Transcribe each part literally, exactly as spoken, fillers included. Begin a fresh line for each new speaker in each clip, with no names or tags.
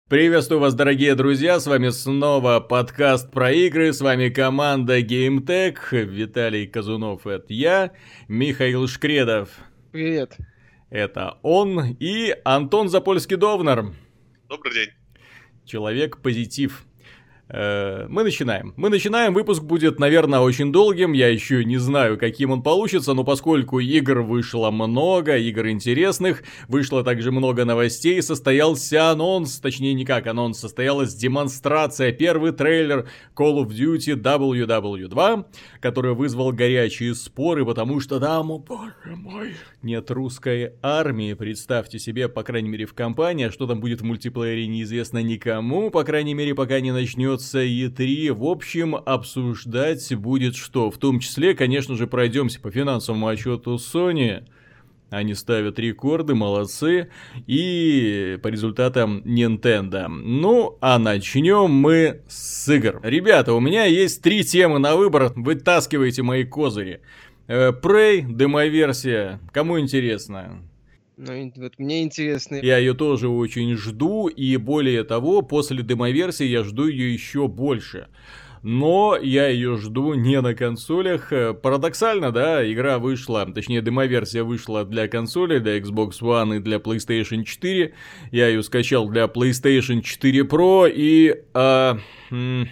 Приветствую вас, дорогие друзья, с вами снова подкаст про игры, с вами команда GameTech, Виталий Казунов, это я, Михаил Шкредов,
Привет.
Это он, и Антон Запольский-Довнар.
Добрый день.
Человек-позитив. Мы начинаем. Мы начинаем, выпуск будет, наверное, очень долгим, я еще не знаю, каким он получится, но поскольку игр вышло много, игр интересных, вышло также много новостей, состоялся анонс, точнее не как анонс, состоялась демонстрация, первый трейлер Call of Duty дабл ю дабл ю два, который вызвал горячие споры, потому что, да, мой боже мой, нет русской армии, представьте себе, по крайней мере в компании, а что там будет в мультиплеере неизвестно никому, по крайней мере пока не начнется и три. В общем, обсуждать будет что? В том числе, конечно же, пройдемся по финансовому отчету Sony. Они ставят рекорды, молодцы. И по результатам Nintendo. Ну, а начнем мы с игр. Ребята, у меня есть три темы на выбор. Вытаскивайте мои козыри. Prey, демоверсия. Кому интересно?
Ну, вот мне интересно.
Я ее тоже очень жду, и более того, после демоверсии я жду ее еще больше. Но я ее жду не на консолях. Парадоксально, да, игра вышла, точнее демоверсия вышла для консолей, для Xbox One и для PlayStation четыре. Я ее скачал для PlayStation четыре Pro и... А, м-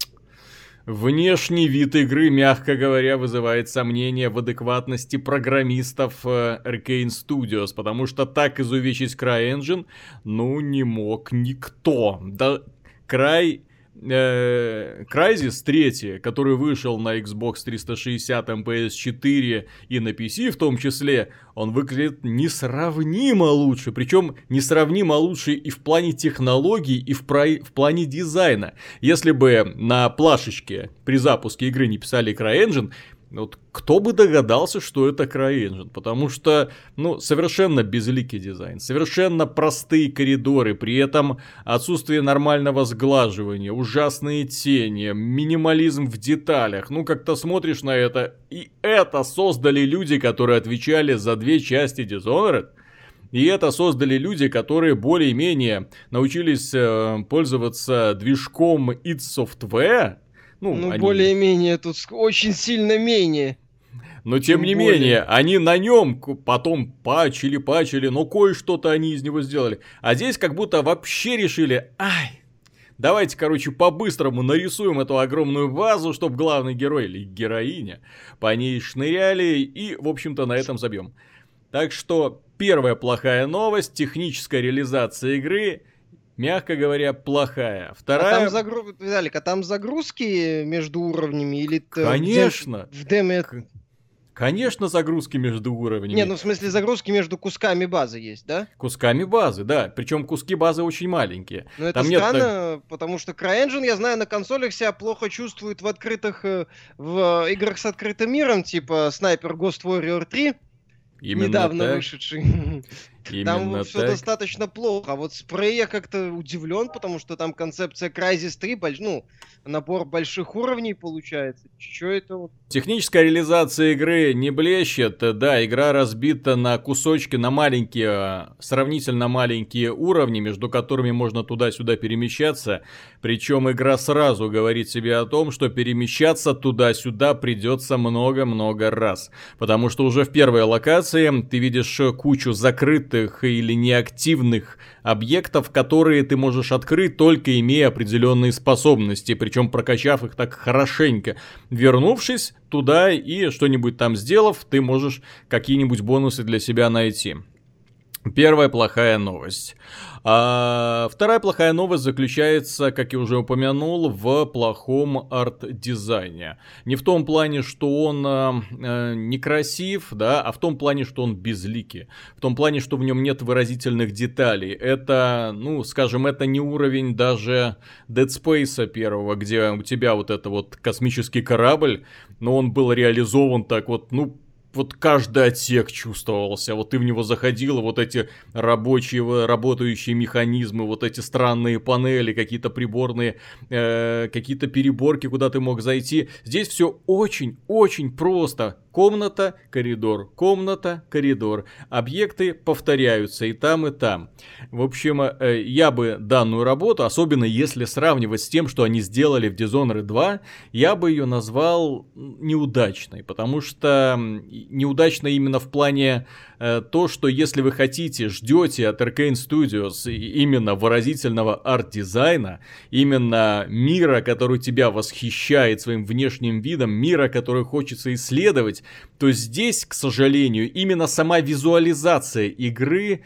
Внешний вид игры, мягко говоря, вызывает сомнения в адекватности программистов Arcane Studios, потому что так изувечить CryEngine, ну, не мог никто. Да, Cry... Э, Crysis три, который вышел на Xbox триста шестьдесят, пи эс четыре и на пи си в том числе, он выглядит несравнимо лучше. Причем несравнимо лучше и в плане технологий, и в, про... в плане дизайна. Если бы на плашечке при запуске игры не писали CryEngine, вот кто бы догадался, что это CryEngine, потому что, ну, совершенно безликий дизайн, совершенно простые коридоры, при этом отсутствие нормального сглаживания, ужасные тени, минимализм в деталях, ну, как-то смотришь на это, и это создали люди, которые отвечали за две части Dishonored. И это создали люди, которые более-менее научились э, пользоваться движком id Software.
Ну, ну они... более-менее, тут очень сильно менее.
Но тем не более. менее, они на нем потом пачили, пачили, но кое-что-то они из него сделали. А здесь как будто вообще решили, ай, давайте, короче, по-быстрому нарисуем эту огромную вазу, чтобы главный герой или героиня по ней шныряли, и, в общем-то, на этом забьем. Так что, первая плохая новость, техническая реализация игры... Мягко говоря, плохая. Вторая...
А там, загру... Виталик, а там загрузки между уровнями или...
Конечно.
В деме...
Конечно, загрузки между уровнями.
Не, ну в смысле загрузки между кусками базы есть, да?
Кусками базы, да. Причем куски базы очень маленькие.
Но это там странно, нет... потому что CryEngine, я знаю, на консолях себя плохо чувствует в открытых... В играх с открытым миром, типа Sniper Ghost Warrior три.
Именно
недавно
так.
вышедший.
Именно
там все
так.
достаточно плохо. А вот с Prey я как-то удивлен, потому что там концепция Crysis три, больш... ну, набор больших уровней получается. Что это вот?
Техническая реализация игры не блещет. Да, игра разбита на кусочки, на маленькие, сравнительно маленькие уровни, между которыми можно туда-сюда перемещаться. Причем игра сразу говорит себе о том, что перемещаться туда-сюда придется много-много раз. Потому что уже в первой локации ты видишь кучу закрытых или неактивных объектов, которые ты можешь открыть, только имея определенные способности, причем прокачав их так хорошенько. Вернувшись туда и что-нибудь там сделав, ты можешь какие-нибудь бонусы для себя найти. Первая плохая новость. А вторая плохая новость заключается, как я уже упомянул, в плохом арт-дизайне. Не в том плане, что он э, некрасив, да, а в том плане, что он безликий. В том плане, что в нем нет выразительных деталей. Это, ну, скажем, это не уровень даже Dead Space первого, где у тебя вот это вот космический корабль, но он был реализован так вот, ну, вот каждый отсек чувствовался, вот ты в него заходил, вот эти рабочие, работающие механизмы, вот эти странные панели, какие-то приборные, э, какие-то переборки, куда ты мог зайти. Здесь все очень-очень просто. комната, коридор, комната, коридор. Объекты повторяются и там, и там. В общем, я бы данную работу, особенно если сравнивать с тем, что они сделали в Dishonored два, я бы ее назвал неудачной. Потому что неудачной именно в плане э, то, что если вы хотите, ждете от Arkane Studios именно выразительного арт-дизайна, именно мира, который тебя восхищает своим внешним видом, мира, который хочется исследовать, то здесь, к сожалению, именно сама визуализация игры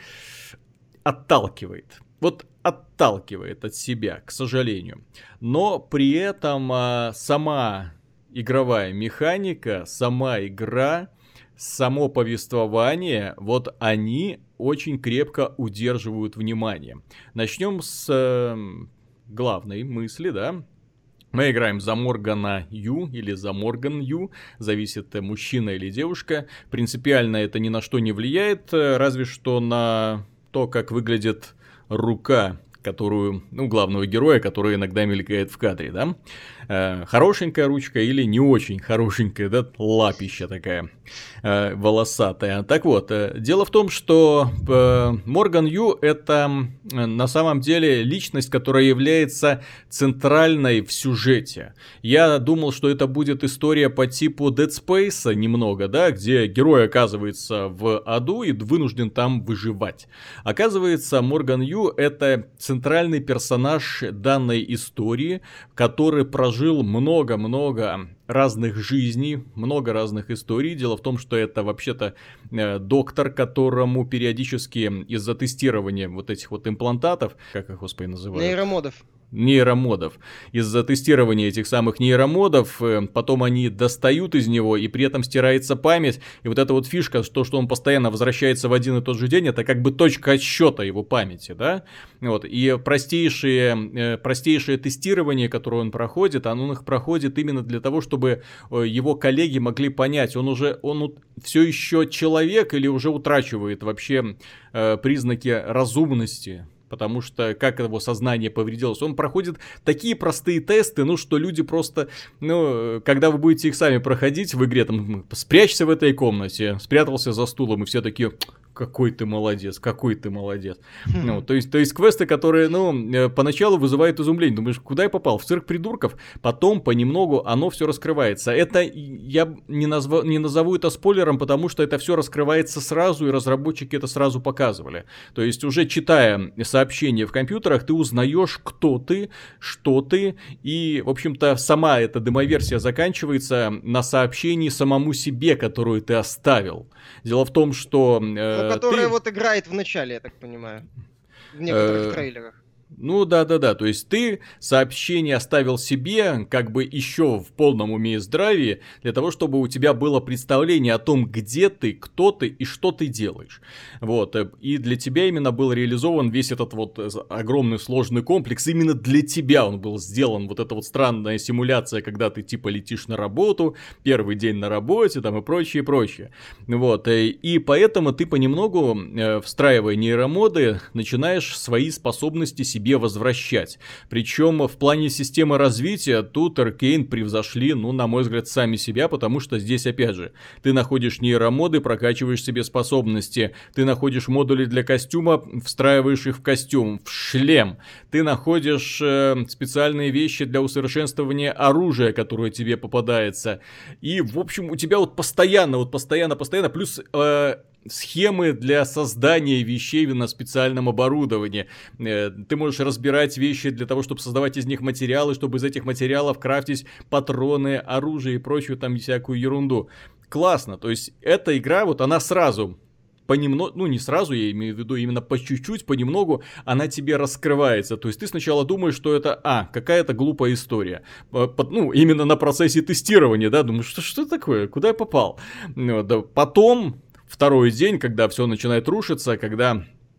отталкивает. Вот отталкивает от себя, к сожалению. Но при этом а, сама игровая механика, сама игра, само повествование, вот они очень крепко удерживают внимание. Начнем с э, главной мысли, да. Мы играем за Моргана Ю или за Морган Ю, зависит, мужчина или девушка. Принципиально это ни на что не влияет, разве что на то, как выглядит рука, которую, ну, главного героя, который иногда мелькает в кадре, да. Э, хорошенькая ручка или не очень хорошенькая, да, лапища такая э, волосатая. Так вот, э, дело в том, что э, Морган Ю это э, на самом деле личность, которая является центральной в сюжете. Я думал, что это будет история по типу Dead Space немного, да, где герой оказывается в аду и вынужден там выживать. Оказывается, Морган Ю это центральный персонаж данной истории, который прожил жил много-много разных жизней, много разных историй. Дело в том, что это вообще-то э, доктор, которому периодически из-за тестирования вот этих вот имплантатов, как их, господи, называют?
Нейромодов.
нейромодов. Из-за тестирования этих самых нейромодов, потом они достают из него, и при этом стирается память. И вот эта вот фишка, то, что он постоянно возвращается в один и тот же день, это как бы точка отсчета его памяти, да? Вот. И простейшие, простейшее тестирование, которое он проходит, он их проходит именно для того, чтобы его коллеги могли понять, он уже, он все еще человек или уже утрачивает вообще признаки разумности. Потому что как его сознание повредилось. Он проходит такие простые тесты, ну, что люди просто, ну, когда вы будете их сами проходить в игре, там, спрячься в этой комнате, спрятался за стулом, и все такие, какой ты молодец, какой ты молодец. Ну, то есть, то есть квесты, которые, ну, поначалу вызывают изумление. Думаешь, куда я попал? В цирк придурков? Потом понемногу оно все раскрывается. Это, я не, назва, не назову это спойлером, потому что это все раскрывается сразу, и разработчики это сразу показывали. То есть, уже читая сообщения в компьютерах, ты узнаешь, кто ты, что ты, и, в общем-то, сама эта демоверсия заканчивается на сообщении самому себе, которую ты оставил. Дело в том, что...
Э, ну, которая
ты...
вот играет в начале, я так понимаю, в некоторых
э...
трейлерах.
Ну да-да-да, то есть ты сообщение оставил себе, как бы еще в полном уме и здравии, для того, чтобы у тебя было представление о том, где ты, кто ты и что ты делаешь. Вот, и для тебя именно был реализован весь этот вот огромный сложный комплекс, именно для тебя он был сделан, вот эта вот странная симуляция, когда ты типа летишь на работу, первый день на работе, там и прочее, прочее. Вот, и поэтому ты понемногу, встраивая нейромоды, начинаешь свои способности себе возвращать. Причем в плане системы развития тут Arkane превзошли, ну, на мой взгляд, сами себя, потому что здесь, опять же, ты находишь нейромоды, прокачиваешь себе способности, ты находишь модули для костюма, встраиваешь их в костюм, в шлем, ты находишь э, специальные вещи для усовершенствования оружия, которое тебе попадается, и, в общем, у тебя вот постоянно, вот постоянно, постоянно, плюс... Э, схемы для создания вещей на специальном оборудовании. Ты можешь разбирать вещи для того, чтобы создавать из них материалы, чтобы из этих материалов крафтить патроны, оружие и прочую там всякую ерунду. Классно, то есть эта игра, вот она сразу... понемногу, ну не сразу, я имею в виду, именно по чуть-чуть, понемногу она тебе раскрывается. То есть ты сначала думаешь, что это, а, какая-то глупая история. Ну, именно на процессе тестирования, да, думаешь, что, что такое, куда я попал? Потом... Второй день, когда все начинает рушиться, когда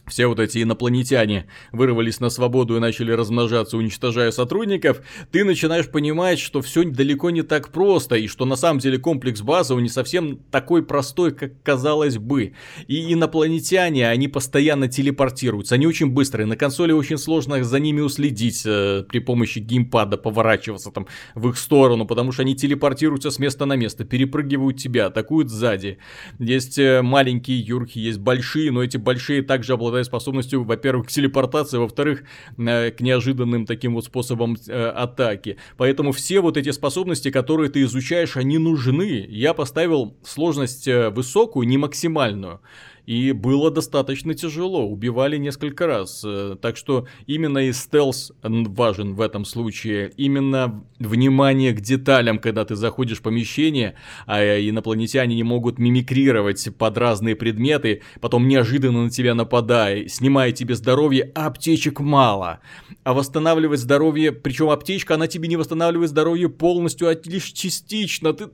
все вот эти инопланетяне вырвались на свободу и начали размножаться, уничтожая сотрудников, ты начинаешь понимать, что все далеко не так просто, и что на самом деле комплекс базовый не совсем такой простой, как казалось бы. И инопланетяне, они постоянно телепортируются, они очень быстрые, на консоли очень сложно за ними уследить э, при помощи геймпада, поворачиваться там в их сторону, потому что они телепортируются с места на место, перепрыгивают тебя, атакуют сзади. Есть э, маленькие юрки, есть большие, но эти большие также обладают способностью, во-первых, к телепортации, во-вторых, к неожиданным таким вот способам э, атаки. Поэтому все вот эти способности, которые ты изучаешь, они нужны. Я поставил сложность высокую, не максимальную. И было достаточно тяжело, убивали несколько раз. Так что именно и стелс важен в этом случае. Именно внимание к деталям, когда ты заходишь в помещение, а инопланетяне не могут мимикрировать под разные предметы, потом неожиданно на тебя нападая, снимая тебе здоровье, а аптечек мало. А восстанавливать здоровье, причем аптечка, она тебе не восстанавливает здоровье полностью, а лишь частично. Ты...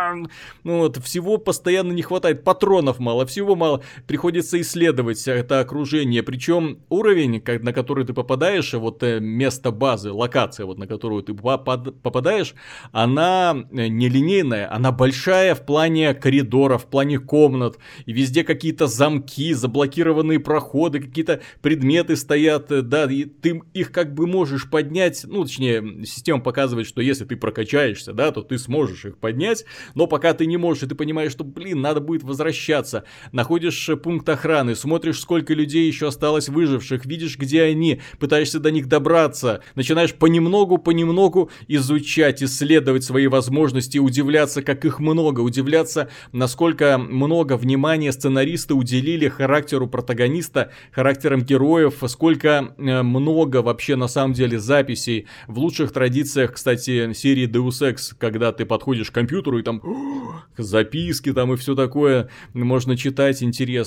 Ну вот, всего постоянно не хватает, патронов мало, всего мало. Приходится исследовать это окружение, причем уровень, на который ты попадаешь, вот место базы, локация, вот на которую ты попадаешь, она нелинейная, она большая в плане коридоров, в плане комнат, и везде какие-то замки, заблокированные проходы, какие-то предметы стоят, да, и ты их как бы можешь поднять, ну, точнее, система показывает, что если ты прокачаешься, да, то ты сможешь их поднять, но пока ты не можешь, и ты понимаешь, что, блин, надо будет возвращаться, находишь пункт охраны, смотришь, сколько людей еще осталось выживших, видишь, где они, пытаешься до них добраться, начинаешь понемногу, понемногу изучать, исследовать свои возможности, удивляться, как их много, удивляться, насколько много внимания сценаристы уделили характеру протагониста, характерам героев, сколько много вообще на самом деле записей в лучших традициях, кстати, серии Deus Ex, когда ты подходишь к компьютеру и там записки там и все такое можно читать, интересно,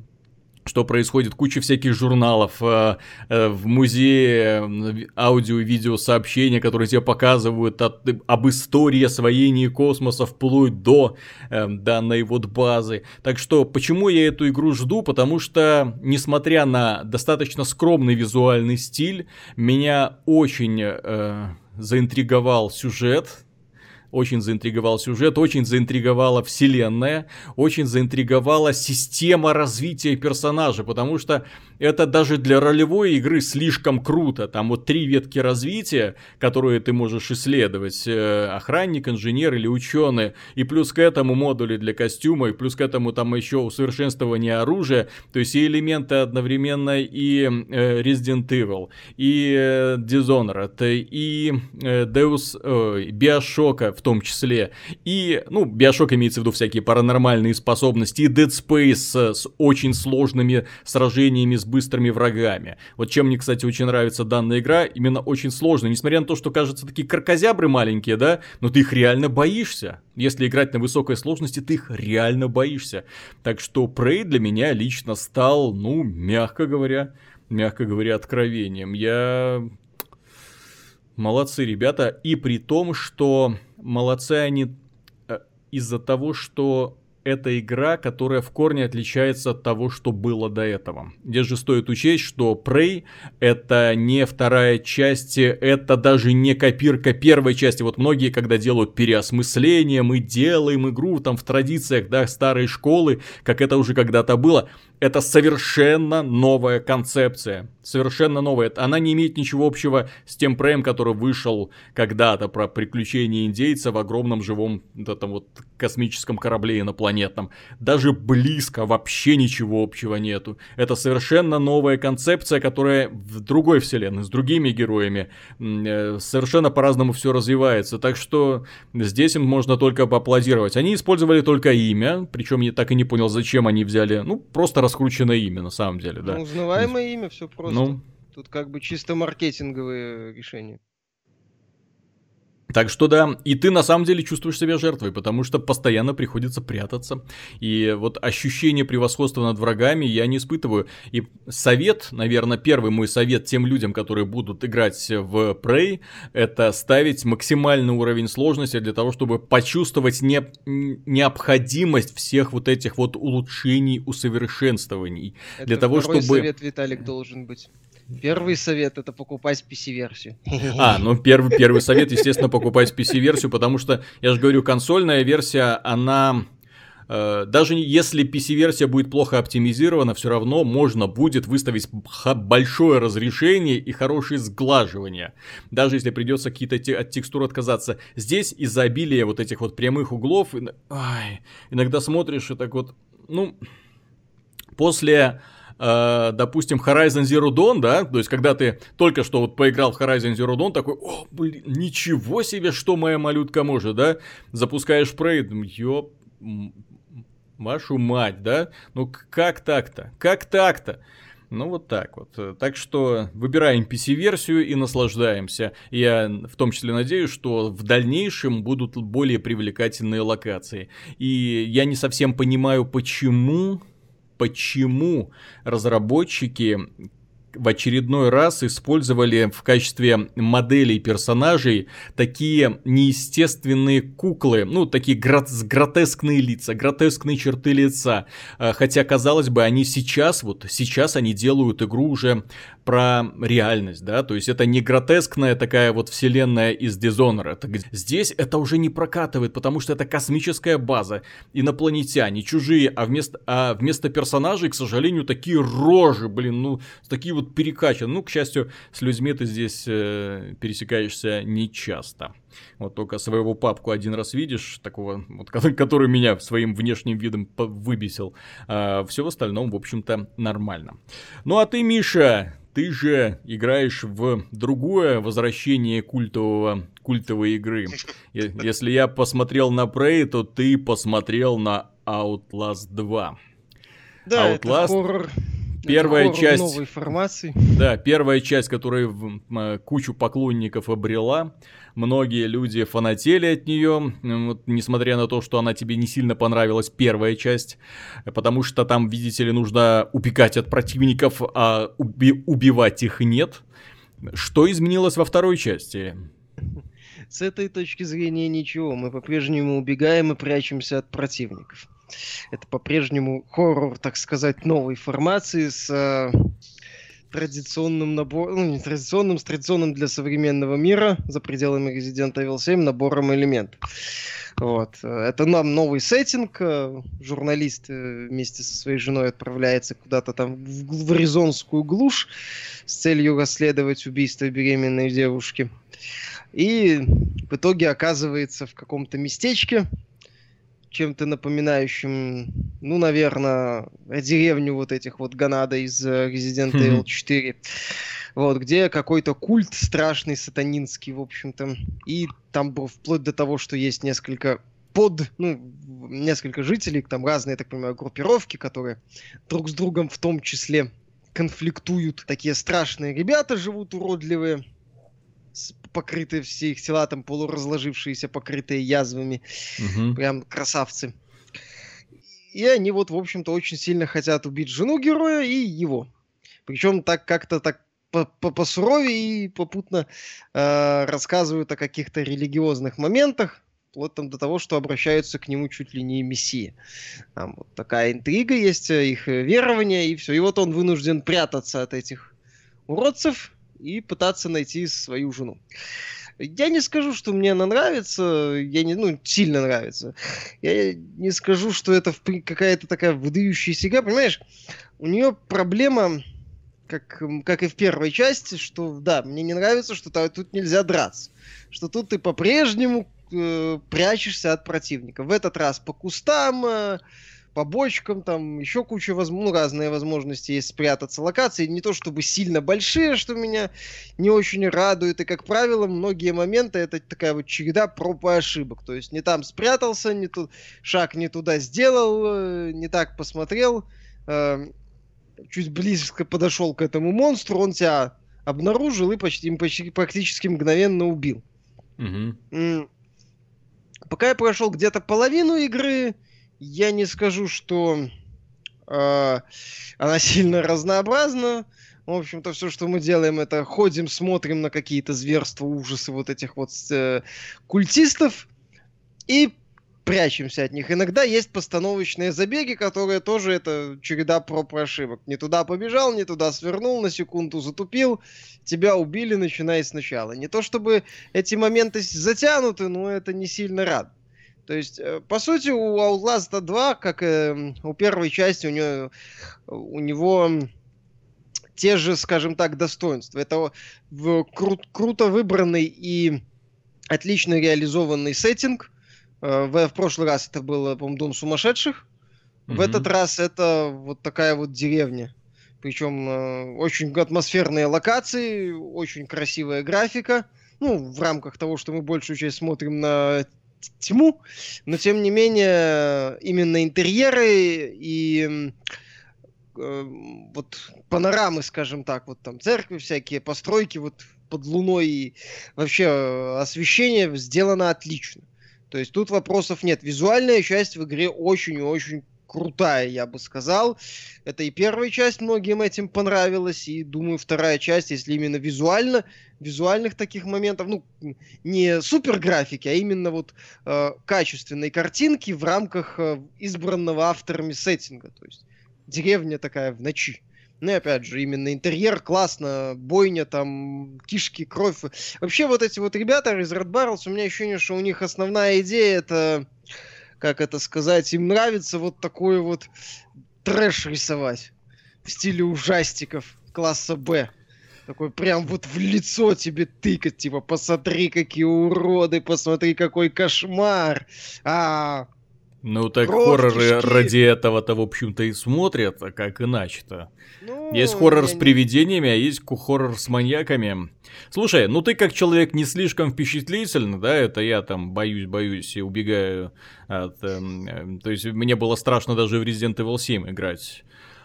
что происходит, куча всяких журналов, э, э, в музее аудио и видео сообщения, которые тебе показывают от, об истории освоения космоса вплоть до э, данной вот базы. Так что, почему я эту игру жду? Потому что, несмотря на достаточно скромный визуальный стиль, меня очень э, заинтриговал сюжет. Очень заинтриговал сюжет, очень заинтриговала вселенная, очень заинтриговала система развития персонажа, потому что это даже для ролевой игры слишком круто. Там вот три ветки развития, которые ты можешь исследовать. Охранник, инженер или ученый. И плюс к этому модули для костюма, и плюс к этому там еще усовершенствование оружия. То есть и элементы одновременно и Resident Evil, и Dishonored, и Deus, Bioshock в том числе. И, ну, Bioshock имеется в виду всякие паранормальные способности, и Dead Space с очень сложными сражениями с быстрыми врагами. Вот чем мне, кстати, очень нравится данная игра, именно очень сложно. Несмотря на то, что кажется такие кракозябры маленькие, да, но ты их реально боишься. Если играть на высокой сложности, ты их реально боишься. Так что Prey для меня лично стал, ну, мягко говоря, мягко говоря, откровением. Я... Молодцы ребята. И при том, что молодцы они из-за того, что это игра, которая в корне отличается от того, что было до этого. Здесь же стоит учесть, что Prey это не вторая часть, это даже не копирка первой части. Вот многие, когда делают переосмысление, мы делаем игру там в традициях, да, старой школы, как это уже когда-то было. Это совершенно новая концепция. Совершенно новая. Она не имеет ничего общего с тем Prey, который вышел когда-то, про приключения индейца в огромном живом этом вот космическом корабле инопланетном. Даже близко вообще ничего общего нету. Это совершенно новая концепция, которая в другой вселенной, с другими героями, совершенно по-разному все развивается. Так что здесь им можно только поаплодировать. Они использовали только имя, причем я так и не понял, зачем они взяли, ну, просто раскрученное имя, на самом деле, да.
Ну, узнаваемое имя, все просто.
Ну,
Тут как бы чисто маркетинговые решения.
Так что да, и ты на самом деле чувствуешь себя жертвой, потому что постоянно приходится прятаться. И вот ощущение превосходства над врагами я не испытываю. И совет, наверное, первый мой совет тем людям, которые будут играть в Prey, это ставить максимальный уровень сложности для того, чтобы почувствовать не... необходимость всех вот этих вот улучшений, усовершенствований.
Это
для того,
второй
чтобы...
совет, Виталик, должен быть. Первый совет — это покупать пи си-версию.
А, ну первый, первый совет, естественно, покупать пи си-версию, потому что, я же говорю, консольная версия, она... Э, даже если пи си-версия будет плохо оптимизирована, все равно можно будет выставить большое разрешение и хорошее сглаживание. Даже если придется какие-то те, от текстур отказаться. Здесь из-за обилия вот этих вот прямых углов, ай, иногда смотришь и так вот, ну, после... допустим, Horizon Zero Dawn, да, то есть, когда ты только что вот поиграл в Horizon Zero Dawn, такой, о, блин, ничего себе, что моя малютка может, да, запускаешь Prey, ёп, вашу мать, да, ну как так-то, как так-то? Ну, вот так вот. Так что выбираем пи си-версию и наслаждаемся. Я в том числе надеюсь, что в дальнейшем будут более привлекательные локации. И я не совсем понимаю, почему... Почему разработчики в очередной раз использовали в качестве моделей персонажей такие неестественные куклы, ну, такие грот- гротескные лица, гротескные черты лица. Хотя, казалось бы, они сейчас, вот сейчас они делают игру уже про реальность, да, то есть это не гротескная такая вот вселенная из Dishonored. Здесь это уже не прокатывает, потому что это космическая база, инопланетяне, чужие, а вместо, а вместо персонажей, к сожалению, такие рожи, блин, ну, такие вот перекачаны. Ну, к счастью, с людьми ты здесь э, пересекаешься нечасто. Вот только своего папку один раз видишь, такого, вот, который меня своим внешним видом выбесил. А все в остальном, в общем-то, нормально. Ну, а ты, Миша... Ты же играешь в другое возвращение культового, культовой игры. Если я посмотрел на Prey, то ты посмотрел на Outlast два.
Да,
Outlast,
это хоррор.
первая
это хоррор
часть
новой формации.
Да, первая часть, которая в, кучу поклонников обрела. Многие люди фанатели от нее, вот, несмотря на то, что она тебе не сильно понравилась, первая часть. Потому что там, видите ли, нужно убегать от противников, а уби- убивать их нет. Что изменилось во второй части?
С этой точки зрения ничего. Мы по-прежнему убегаем и прячемся от противников. Это по-прежнему хоррор, так сказать, новой формации с э, традиционным набором, ну не традиционным, с традиционным для современного мира за пределами Resident Evil семь набором элементов. Вот. Это нам новый сеттинг. Журналист вместе со своей женой отправляется куда-то там в, в аризонскую глушь с целью расследовать убийство беременной девушки. И в итоге оказывается в каком-то местечке, чем-то напоминающим, ну, наверное, деревню вот этих вот Ганада из Resident Evil четыре. Вот, где какой-то культ страшный, сатанинский, в общем-то. И там вплоть до того, что есть несколько под, ну, несколько жителей, там разные, я так понимаю, группировки, которые друг с другом в том числе конфликтуют. Такие страшные ребята живут, уродливые, покрытые все их тела, там полуразложившиеся, покрытые язвами.
Угу.
Прям красавцы. И они вот, в общем-то, очень сильно хотят убить жену героя и его. Причем так как-то так посуровее и попутно э, рассказывают о каких-то религиозных моментах, вплоть там до того, что обращаются к нему чуть ли не мессия. Там вот такая интрига есть, их верование, и все. И вот он вынужден прятаться от этих уродцев и пытаться найти свою жену. Я не скажу, что мне она нравится, я не, ну, сильно нравится. Я не скажу, что это какая-то такая выдающаяся игра, понимаешь? У нее проблема, как, как и в первой части, что, да, мне не нравится, что тут нельзя драться. Что тут ты по-прежнему э, прячешься от противника. В этот раз по кустам, э, по бочкам, там еще куча воз... ну, разные возможности есть спрятаться. Локации не то чтобы сильно большие, что меня не очень радует. И, как правило, многие моменты это такая вот череда проб и ошибок. То есть не там спрятался, не ту... шаг не туда сделал, не так посмотрел. Э, чуть близко подошел к этому монстру, он тебя обнаружил и почти, почти практически мгновенно убил.
Угу.
Пока я прошел где-то половину игры, я не скажу, что э, она сильно разнообразна. В общем-то, все, что мы делаем, это ходим, смотрим на какие-то зверства, ужасы вот этих вот э, культистов и прячемся от них. Иногда есть постановочные забеги, которые тоже это череда проб и ошибок. Не туда побежал, не туда свернул, на секунду затупил, тебя убили, начиная сначала. Не то чтобы эти моменты затянуты, но это не сильно рад. То есть, по сути, у Outlast два, как и у первой части, у него, у него те же, скажем так, достоинства. Это кру- круто выбранный и отлично реализованный сеттинг. В, в прошлый раз это был, по-моему, Дом сумасшедших. Mm-hmm. В этот раз это вот такая вот деревня. Причем э, очень атмосферные локации, очень красивая графика. Ну, в рамках того, что мы большую часть смотрим на тьму. Но, тем не менее, именно интерьеры и э, вот панорамы, скажем так, вот там церкви всякие, постройки вот под луной и вообще освещение сделано отлично. То есть тут вопросов нет. Визуальная часть в игре очень и очень крутая, я бы сказал. Это и первая часть многим этим понравилась, и, думаю, вторая часть, если именно визуально, визуальных таких моментов, ну, не супер графики, а именно вот э, качественной картинки в рамках э, избранного авторами сеттинга. То есть деревня такая в ночи. Ну и опять же, именно интерьер классно, бойня, там, кишки, кровь. Вообще вот эти вот ребята из Red Barrels, у меня ощущение, что у них основная идея это, как это сказать, им нравится вот такой вот трэш рисовать в стиле ужастиков класса Б. Такой прям вот в лицо тебе тыкать, типа, посмотри, какие уроды, посмотри, какой кошмар. А
Ну так
кровь,
хорроры
кишки.
ради этого-то, в общем-то, и смотрят, а как иначе-то?
Ну,
есть хоррор
я
с
не-
привидениями, а есть хоррор с маньяками. Слушай, ну ты как человек не слишком впечатлительный, да, это я там боюсь-боюсь и убегаю от... эм, эм, то есть мне было страшно даже в Resident Evil семь играть.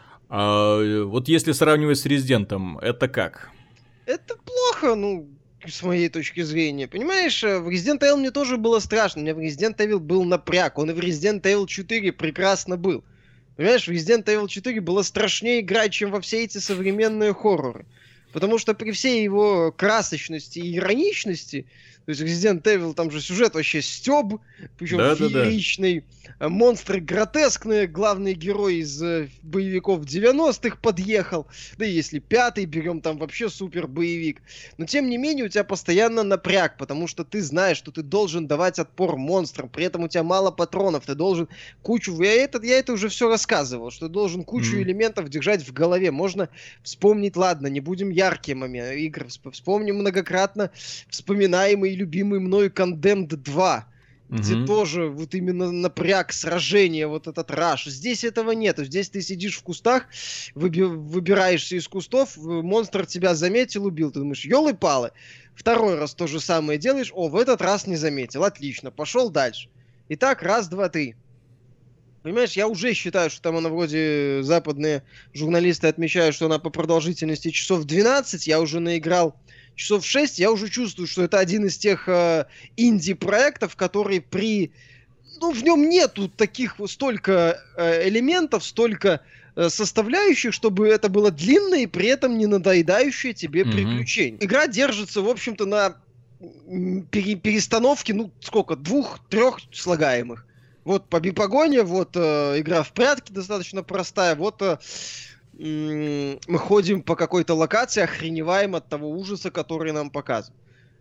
А, э, вот если сравнивать с Резидентом, это как?
Это плохо, ну, с моей точки зрения. Понимаешь, э, в Resident Evil мне тоже было страшно. У меня в Resident Evil был напряг. Он и в Resident Evil четыре прекрасно был. Понимаешь, в Resident Evil четыре было страшнее играть, чем во все эти современные хорроры. Потому что при всей его красочности и ироничности, то есть Resident Evil, там же сюжет вообще стёб, причем
Да-да-да.
фееричный, а монстры гротескные, главный герой из э, боевиков девяностых подъехал, да и если пятый берем, там вообще супер боевик. Но тем не менее у тебя постоянно напряг, потому что ты знаешь, что ты должен давать отпор монстрам, при этом у тебя мало патронов, ты должен кучу... Я это, я это уже все рассказывал, что ты должен кучу
Мгм.
элементов держать в голове. Можно вспомнить, ладно, не будем яркие моменты игр, всп- вспомним многократно вспоминаемый и любимый мною Condemned два, где
Мгм.
тоже вот именно напряг сражения, вот этот раш. Здесь этого нету. Здесь ты сидишь в кустах, выби- выбираешься из кустов, в- монстр тебя заметил, убил. Ты думаешь, елы-палы. Второй раз то же самое делаешь, о, в этот раз не заметил. Отлично, пошел дальше. Итак, раз, два, три. Понимаешь, я уже считаю, что там она вроде западные журналисты отмечают, что она по продолжительности часов двенадцать. Я уже наиграл часов шесть. Я уже чувствую, что это один из тех э, инди-проектов, который при... Ну, в нем нету таких столько э, элементов, столько э, составляющих, чтобы это было длинное и при этом не надоедающее тебе
Мгм.
приключение. Игра держится, в общем-то, на м, пере- перестановке, ну, сколько, двух-трех слагаемых. Вот побе- погоня, вот э, игра в прятки достаточно простая, вот э, м, мы ходим по какой-то локации, охреневаем от того ужаса, который нам показывают.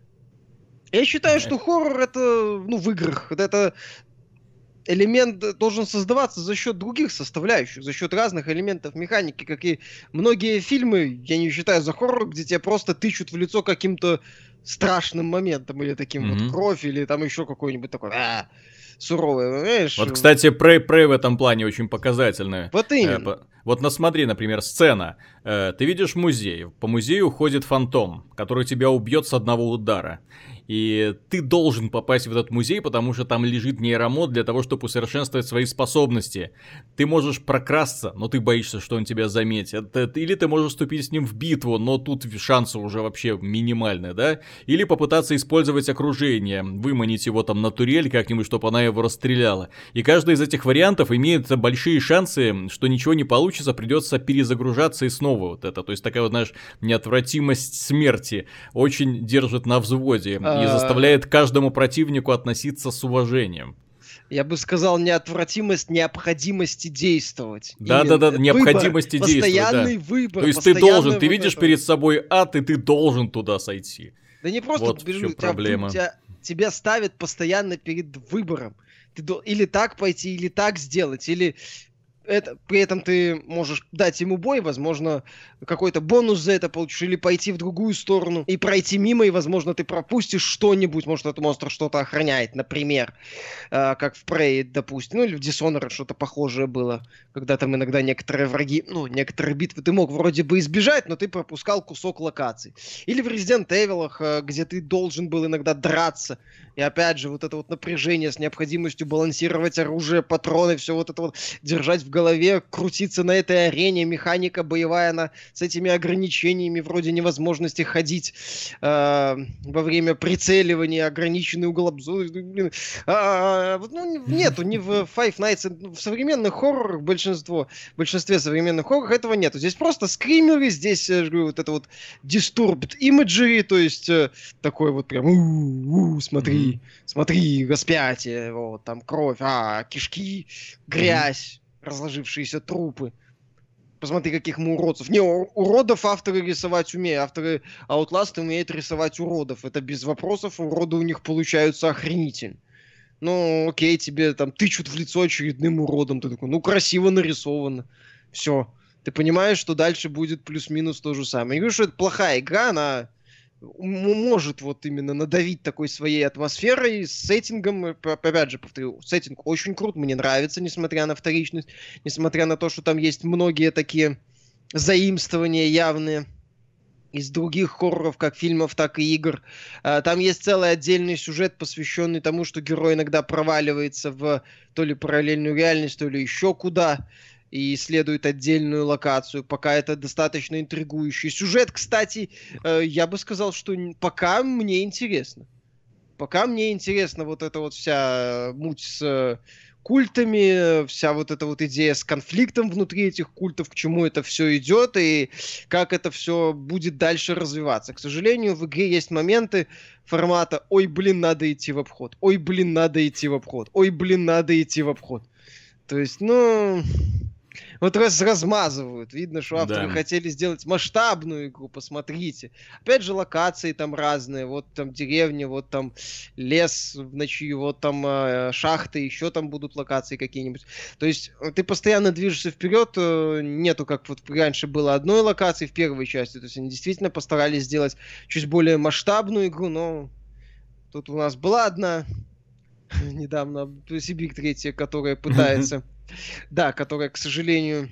Я считаю,
Э.
что хоррор это, ну, в играх, это элемент э, должен создаваться за счет других составляющих, за счет разных элементов механики, как и многие фильмы, я не считаю за хоррор, где тебя просто тычут в лицо каким-то страшным моментом, или таким вот
Мгм.
кровь, или там еще какой-нибудь такой «А, суровый, понимаешь?
Вот, кстати, Prey, Prey в этом плане очень показательная.
Вот
Э,
именно.
по- Вот на смотри, например, сцена. Э, Ты видишь музей. По музею ходит фантом, который тебя убьет с одного удара. И ты должен попасть в этот музей, потому что там лежит нейромод для того, чтобы усовершенствовать свои способности. Ты можешь прокрасться, но ты боишься, что он тебя заметит. Или ты можешь вступить с ним в битву, но тут шансы уже вообще минимальные, да? Или попытаться использовать окружение, выманить его там на турель как-нибудь, чтобы она его расстреляла. И каждый из этих вариантов имеет большие шансы, что ничего не получится, придется перезагружаться и снова вот это. То есть такая вот, знаешь, неотвратимость смерти очень держит на взводе и заставляет каждому противнику относиться с уважением.
Я бы сказал, неотвратимость необходимости действовать.
Да-да-да, необходимости действовать,
постоянный
да.
выбор.
То есть ты должен,
вот
ты видишь
это.
перед собой ад, и ты должен туда сойти.
Да не просто
вот в чем проблема.
Тебя, тебя ставят постоянно перед выбором. Ты до... Или так пойти, или так сделать, или... Это, при этом ты можешь дать ему бой, возможно, какой-то бонус за это получишь, или пойти в другую сторону и пройти мимо, и, возможно, ты пропустишь что-нибудь, может, этот монстр что-то охраняет, например, э, как в Prey, допустим, ну, или в Dishonored что-то похожее было, когда там иногда некоторые враги, ну, некоторые битвы ты мог вроде бы избежать, но ты пропускал кусок локаций. Или в Resident Evil, э, где ты должен был иногда драться, и опять же, вот это вот напряжение с необходимостью балансировать оружие, патроны, все вот это вот держать в голове, крутиться на этой арене, механика боевая, она с этими ограничениями, вроде невозможности ходить э, во время прицеливания, ограниченный угол обзора. Блин, а, ну, нету ни в Five Nights, в современных хоррорах большинство, в большинстве современных хорроров этого нету. Здесь просто скримеры, здесь, я же говорю, вот это вот disturbed imagery, то есть э, такой вот прям, у-у-у, смотри, mm-hmm. смотри, распятие, вот, там кровь, а, кишки, грязь. Mm-hmm. Разложившиеся трупы. Посмотри, каких мы уродцев. Не, уродов авторы рисовать умеют. Авторы Outlast умеют рисовать уродов. Это без вопросов. Уроды у них получаются охренительно. Ну, окей, тебе там тычут в лицо очередным уродом. Ты такой, ну, красиво нарисовано. Все. Ты понимаешь, что дальше будет плюс-минус то же самое. Я говорю, что это плохая игра, она может вот именно надавить такой своей атмосферой, с сеттингом. Опять же, повторю, сеттинг очень крут, мне нравится, несмотря на вторичность, несмотря на то, что там есть многие такие заимствования явные из других хорроров, как фильмов, так и игр. Там есть целый отдельный сюжет, посвященный тому, что герой иногда проваливается в то ли параллельную реальность, то ли еще куда, и исследует отдельную локацию. Пока это достаточно интригующий сюжет. Кстати, э, я бы сказал, что пока мне интересно. Пока мне интересна вот эта вот вся муть с э, культами, вся вот эта вот идея с конфликтом внутри этих культов, к чему это все идет и как это все будет дальше развиваться. К сожалению, в игре есть моменты формата «Ой, блин, надо идти в обход», «Ой, блин, надо идти в обход», «Ой, блин, надо идти в обход». То есть, ну... Вот раз размазывают. Видно, что авторы да. хотели сделать масштабную игру, посмотрите. Опять же, локации там разные. Вот там деревня, вот там лес в ночи, вот там э, шахты, еще там будут локации какие-нибудь. То есть ты постоянно движешься вперед. Э, нету, как вот раньше было, одной локации в первой части. То есть они действительно постарались сделать чуть более масштабную игру, но тут у нас была одна недавно Сибирь третья, которая пытается... Да, которая, к сожалению,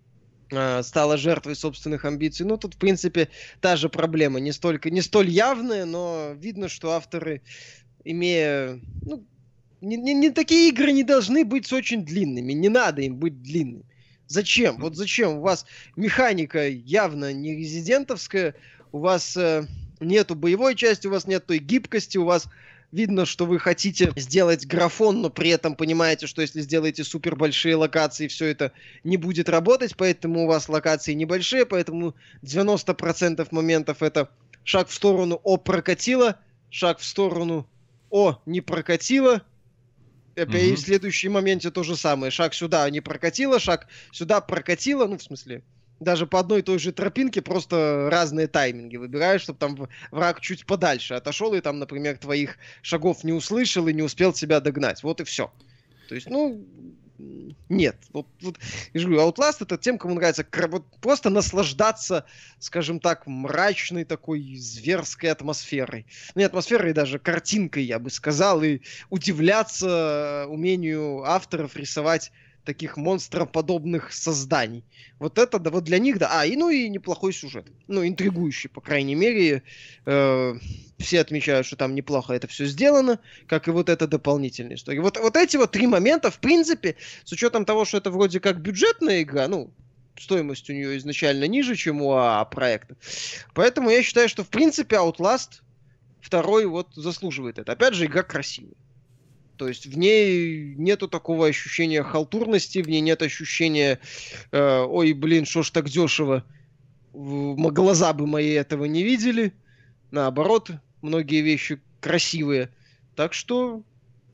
стала жертвой собственных амбиций. Ну, тут, в принципе, та же проблема. Не, столько, не столь явная, но видно, что авторы, имея... Ну, не, не, не такие игры не должны быть очень длинными. Не надо им быть длинными. Зачем? Вот зачем? У вас механика явно не резидентовская, у вас э, нету боевой части, у вас нет той гибкости, у вас... Видно, что вы хотите сделать графон, но при этом понимаете, что если сделаете супер большие локации, все это не будет работать, поэтому у вас локации небольшие, поэтому девяносто процентов моментов это шаг в сторону «О, прокатило», шаг в сторону «О, не прокатило». Mm-hmm. И в следующем моменте то же самое. Шаг сюда не прокатило, шаг сюда прокатило, ну, в смысле... Даже по одной и той же тропинке просто разные тайминги выбираешь, чтобы там враг чуть подальше отошел и там, например, твоих шагов не услышал и не успел тебя догнать. Вот и все. То есть, ну, нет. Вот, вот, я же говорю, Outlast это тем, кому нравится вот, просто наслаждаться, скажем так, мрачной такой зверской атмосферой. Ну, не атмосферой, даже картинкой, я бы сказал, и удивляться умению авторов рисовать таких монстроподобных созданий. Вот это, да, вот для них, да. А, и ну и неплохой сюжет. Ну, интригующий, по крайней мере. Э, все отмечают, что там неплохо это все сделано, как и вот эта дополнительная история. Вот, вот эти вот три момента, в принципе, с учетом того, что это вроде как бюджетная игра, ну, стоимость у нее изначально ниже, чем у ААА проекта. Поэтому я считаю, что, в принципе, Outlast второй вот заслуживает это. Опять же, игра красивая. То есть в ней нету такого ощущения халтурности, в ней нет ощущения э, ой, блин, что ж так дешево. В- Глаза бы мои этого не видели. Наоборот, многие вещи красивые. Так что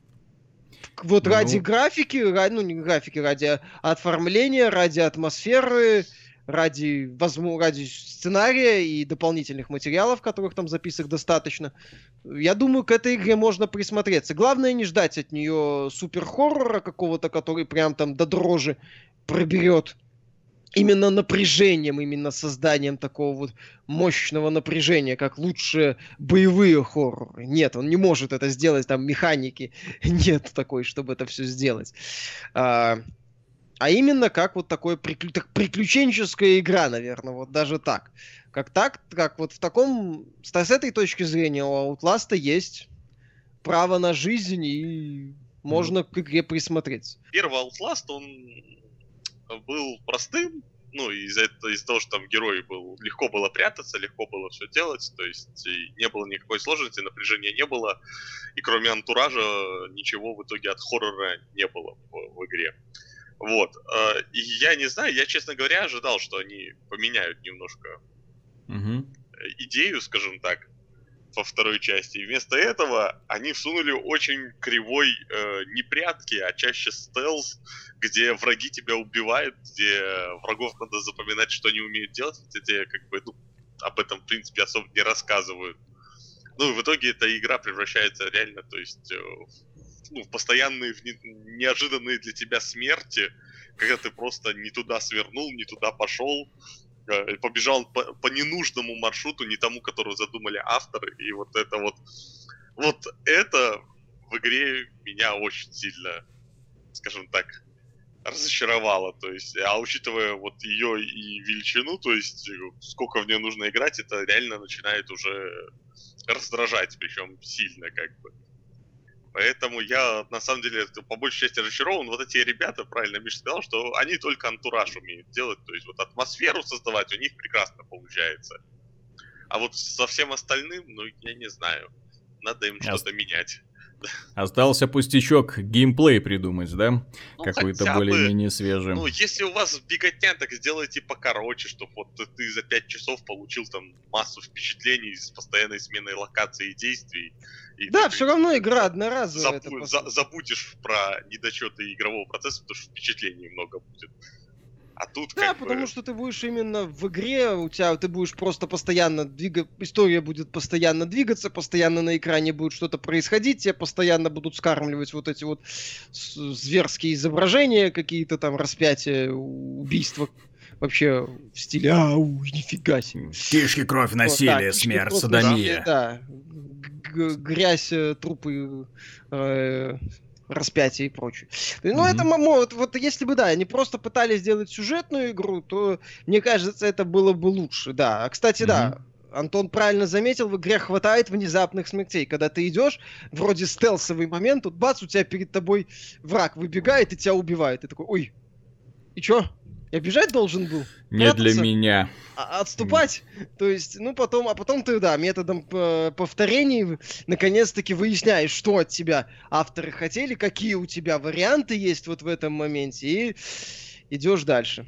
к- вот ради
Ну,
графики, ра- ну не графики, ради оформления, ради атмосферы, ради, возможно, ради сценария и дополнительных материалов, которых там записок достаточно, я думаю, к этой игре можно присмотреться. Главное не ждать от нее супер-хоррора какого-то, который прям там до дрожи проберет. Именно напряжением, именно созданием такого вот мощного напряжения, как лучшие боевые хорроры. Нет, он не может это сделать, там механики нет такой, чтобы это все сделать. А, а именно как вот такое приклю- так, приключенческая игра, наверное, вот даже так. Как так, как вот в таком, с, с этой точки зрения у Outlast есть право на жизнь и
ну,
можно к игре присмотреться.
Первый Outlast, он был простым, ну, из-за этого, из-за того, что там герой был, легко было прятаться, легко было все делать, то есть и не было никакой сложности, напряжения не было, и кроме антуража ничего в итоге от хоррора не было в, в игре. Вот. э, И я не знаю, я, честно говоря, ожидал, что они поменяют немножко
мгм.
э, идею, скажем так, во второй части. И вместо этого они всунули очень кривой э, не прятки, а чаще стелс, где враги тебя убивают, где врагов надо запоминать, что они умеют делать, хотя тебе как бы ну, об этом, в принципе, особо не рассказывают. Ну и в итоге эта игра превращается реально, то есть, э, в, ну, в постоянные, в не- неожиданные для тебя смерти, когда ты просто не туда свернул, не туда пошел, э, побежал по, по ненужному маршруту, не тому, который задумали авторы, и вот это вот, вот это в игре меня очень сильно, скажем так, разочаровало, то есть, а учитывая вот ее и величину, то есть, сколько в нее нужно играть, это реально начинает уже раздражать, причем сильно, как бы. Поэтому я, на самом деле, по большей части разочарован. Вот эти ребята, правильно Миша сказал, что они только антураж умеют делать, то есть вот атмосферу создавать у них прекрасно получается. А вот со всем остальным, ну, я не знаю, надо им
Ос-
что-то менять.
Остался пустячок геймплей придумать, да?
Ну,
Какой-то
хотя бы,
более-менее свежий.
ну, если у вас беготня, так сделайте покороче, чтобы вот ты за пять часов получил там массу впечатлений с постоянной сменой локаций и действий. И
Да,
ты,
все равно игра одноразовая. это
забу-
по
за-
сути.
забудешь про недочеты игрового процесса, потому что впечатлений много будет. А тут
Да,
как
потому
бы...
что ты будешь именно в игре, у тебя ты будешь просто постоянно двигаться, история будет постоянно двигаться, постоянно на экране будет что-то происходить, тебе постоянно будут скармливать вот эти вот с- зверские изображения, какие-то там распятия, у- убийства вообще в стиле ау, нифига себе.
Кишки, кровь,
Вот, да,
насилие,
кишки,
смерть,
кровь,
садомия.
насилие, Да, Г- грязь, э, трупы, э, распятие и прочее. Ну, это,
Мгм.
мамо, вот, вот если бы, да, они просто пытались сделать сюжетную игру, то, мне кажется, это было бы лучше, да. А, кстати, да, Антон правильно заметил, в игре хватает внезапных смертей. Когда ты идешь, вроде стелсовый момент, тут бац, у тебя перед тобой враг выбегает и тебя убивает. Ты такой, ой, и чё? Я бежать должен был?
Не для
Прятаться?
меня.
А- отступать, то есть, ну потом, а потом ты, да, методом э, повторений наконец-таки выясняешь, что от тебя авторы хотели, какие у тебя варианты есть вот в этом моменте, и идешь дальше.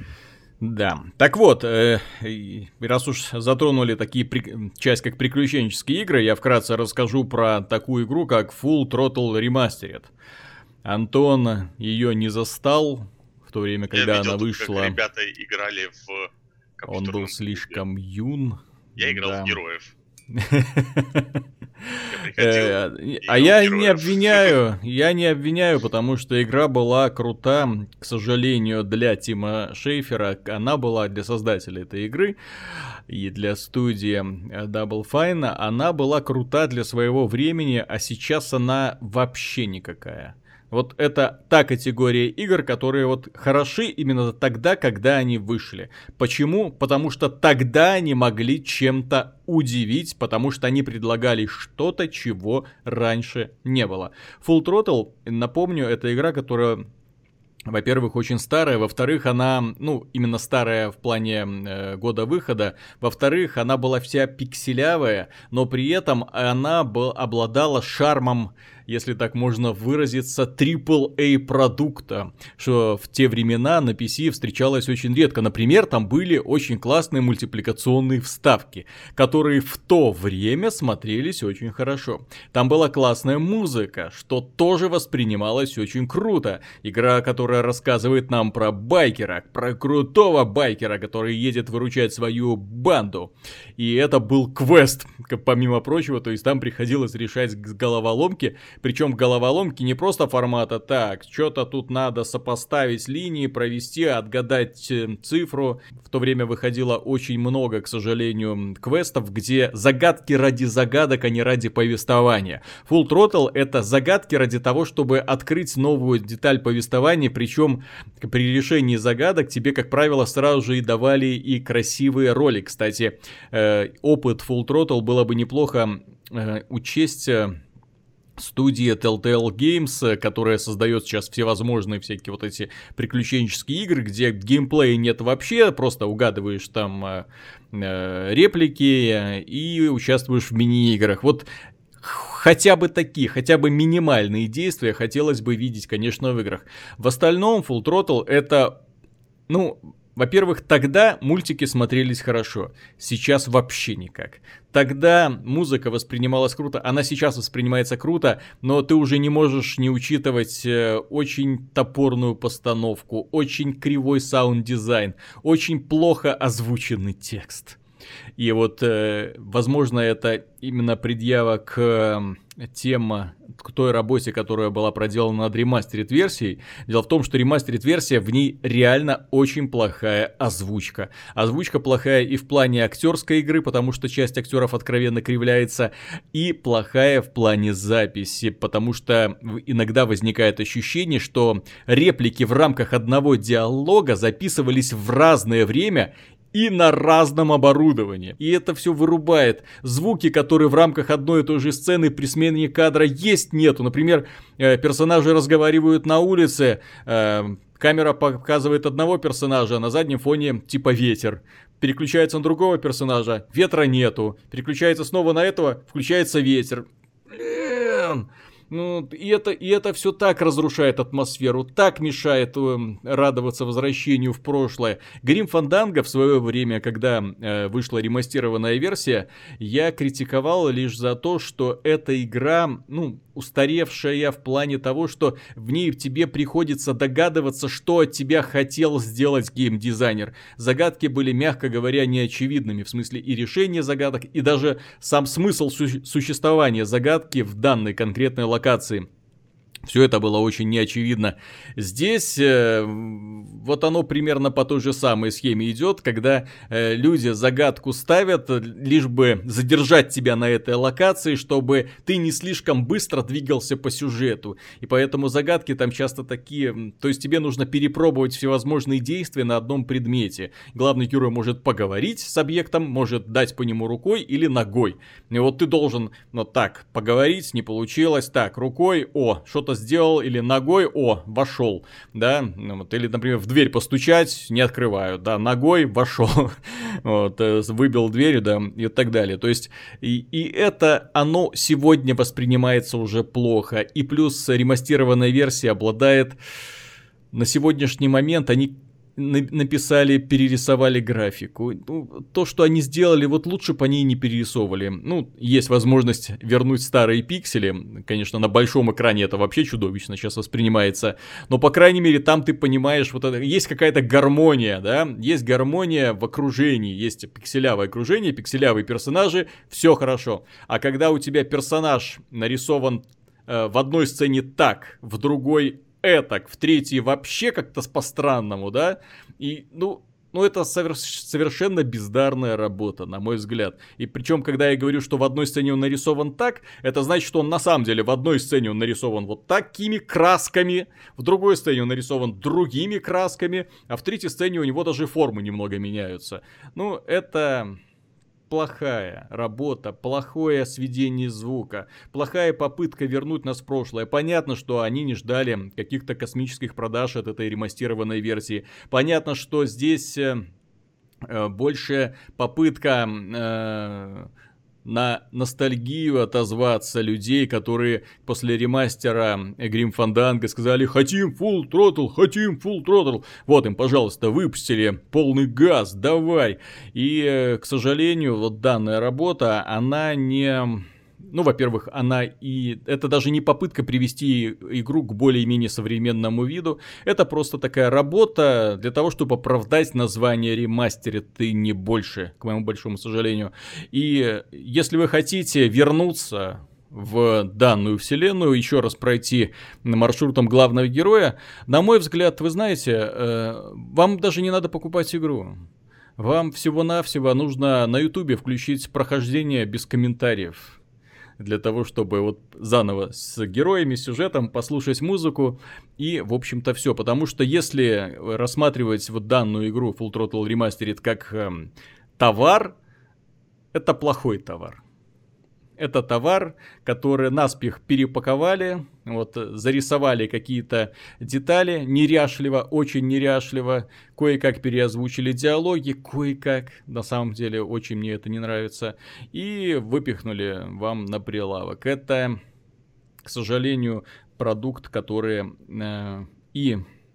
Да. Так вот, э, и раз уж затронули такие при- часть как приключенческие игры, я вкратце расскажу про такую игру, как Full Throttle Remastered. Антон ее не застал в то время,
Я
когда
видел
она
тут,
вышла.
как ребята играли в
Он
компьютерном
был
клубе.
слишком юн.
Я играл
Да.
в героев. Я
Э,
приходил,
А
играл
я
в
не
героев.
обвиняю, я не обвиняю, потому что игра была крута, к сожалению, для Тима Шейфера, она была для создателя этой игры и для студии э, Double Fine, она была крута для своего времени, а сейчас она вообще никакая. Вот это та категория игр, которые вот хороши именно тогда, когда они вышли. Почему? Потому что тогда они могли чем-то удивить, потому что они предлагали что-то, чего раньше не было. Full Throttle, напомню, это игра, которая... Во-первых, очень старая, во-вторых, она, ну, именно старая в плане э, года выхода, во-вторых, она была вся пикселявая, но при этом она был, обладала шармом, если так можно выразиться, трипл эй продукта, что в те времена на пи си встречалось очень редко. Например, там были очень классные мультипликационные вставки, которые в то время смотрелись очень хорошо. Там была классная музыка, что тоже воспринималось очень круто. Игра, которая рассказывает нам про байкера, про крутого байкера, который едет выручать свою банду. И это был квест, помимо прочего, то есть там приходилось решать головоломки. Причем головоломки не просто формата «так, что-то тут надо сопоставить линии, провести, отгадать цифру». В то время выходило очень много, к сожалению, квестов, где загадки ради загадок, а не ради повествования. Full Throttle — это загадки ради того, чтобы открыть новую деталь повествования, причем при решении загадок тебе, как правило, сразу же и давали и красивые роли. Кстати, э, опыт Full Throttle было бы неплохо э, учесть... студия Telltale Games, которая создает сейчас всевозможные всякие вот эти приключенческие игры, где геймплея нет вообще, просто угадываешь там э, э, реплики и участвуешь в мини-играх. Вот хотя бы такие, хотя бы минимальные действия хотелось бы видеть, конечно, в играх. В остальном Full Throttle это, ну... Во-первых, тогда мультики смотрелись хорошо, сейчас вообще никак. Тогда музыка воспринималась круто, она сейчас воспринимается круто, но ты уже не можешь не учитывать э, очень топорную постановку, очень кривой саунд-дизайн, очень плохо озвученный текст. И вот, э, возможно, это именно предъява к э, тем, к той работе, которая была проделана над ремастерит версией. Дело в том, что ремастерит версия, в ней реально очень плохая озвучка. Озвучка плохая и в плане актерской игры, потому что часть актеров откровенно кривляется, и плохая в плане записи, потому что иногда возникает ощущение, что реплики в рамках одного диалога записывались в разное время и на разном оборудовании. И это все вырубает. Звуки, которые в рамках одной и той же сцены при смене кадра есть, нету. Например, персонажи разговаривают на улице, камера показывает одного персонажа, а на заднем фоне типа ветер. Переключается на другого персонажа, ветра нету. Переключается снова на этого, включается ветер. Блин. Ну, и это, и это все так разрушает атмосферу, так мешает э, радоваться возвращению в прошлое. Grim Fandango в свое время, когда э, вышла ремастированная версия, я критиковал лишь за то, что эта игра, ну, устаревшая в плане того, что в ней тебе приходится догадываться, что от тебя хотел сделать геймдизайнер. Загадки были, мягко говоря, неочевидными, в смысле и решение загадок, и даже сам смысл су- существования загадки в данной конкретной локации. Все это было очень неочевидно. Здесь э, вот оно примерно по той же самой схеме идет, когда э, люди загадку ставят, лишь бы задержать тебя на этой локации, чтобы ты не слишком быстро двигался по сюжету. И поэтому загадки там часто такие, то есть тебе нужно перепробовать всевозможные действия на одном предмете. Главный герой может поговорить с объектом, может дать по нему рукой или ногой. И вот ты должен, ну так, поговорить, не получилось, так, рукой, о, что-то сделал, или ногой, о, вошел, да, вот, или, например, в дверь постучать, не открывают, да, ногой вошел, вот, выбил дверь, да, и так далее, то есть, и, и это, оно сегодня воспринимается уже плохо, и плюс ремастированная версия обладает, на сегодняшний момент, они написали, перерисовали графику. Ну, то, что они сделали, вот лучше бы они и не перерисовывали. Ну, есть возможность вернуть старые пиксели. Конечно, на большом экране это вообще чудовищно сейчас воспринимается. Но, по крайней мере, там ты понимаешь, вот это, есть какая-то гармония, да? Есть гармония в окружении. Есть пикселявое окружение, пикселявые персонажи. Все хорошо. А когда у тебя персонаж нарисован э, в одной сцене так, в другой этак, в третьей вообще как-то по-странному, да, и, ну, Ну, это совер- совершенно бездарная работа, на мой взгляд. И причем, когда я говорю, что в одной сцене он нарисован так, это значит, что он на самом деле в одной сцене он нарисован вот такими красками, в другой сцене он нарисован другими красками, а в третьей сцене у него даже формы немного меняются. Ну, это... плохая работа, плохое сведение звука, плохая попытка вернуть нас в прошлое. Понятно, что они не ждали каких-то космических продаж от этой ремастированной версии. Понятно, что здесь э, э, больше попытка э, на ностальгию отозваться людей, которые после ремастера Grim Fandango сказали: хотим Full Throttle, хотим Full Throttle. Вот им, пожалуйста, выпустили полный газ, давай. И, к сожалению, вот данная работа, она не... Ну, во-первых, она и... Это даже не попытка привести игру к более-менее современному виду. Это просто такая работа для того, чтобы оправдать название ремастерит, и не больше, к моему большому сожалению. И если вы хотите вернуться в данную вселенную, еще раз пройти маршрутом главного героя, на мой взгляд, вы знаете, э, вам даже не надо покупать игру. Вам всего-навсего нужно на ютубе включить прохождение без комментариев. Для того, чтобы вот заново с героями, сюжетом послушать музыку и, в общем-то, все. Потому что если рассматривать вот данную игру Full Throttle Remastered как э, товар, это плохой товар. Это товар, который наспех перепаковали, вот, зарисовали какие-то детали неряшливо, очень неряшливо, кое-как переозвучили диалоги, кое-как, на самом деле, очень мне это не нравится, и выпихнули вам на прилавок. Это, к сожалению, продукт, который э, и...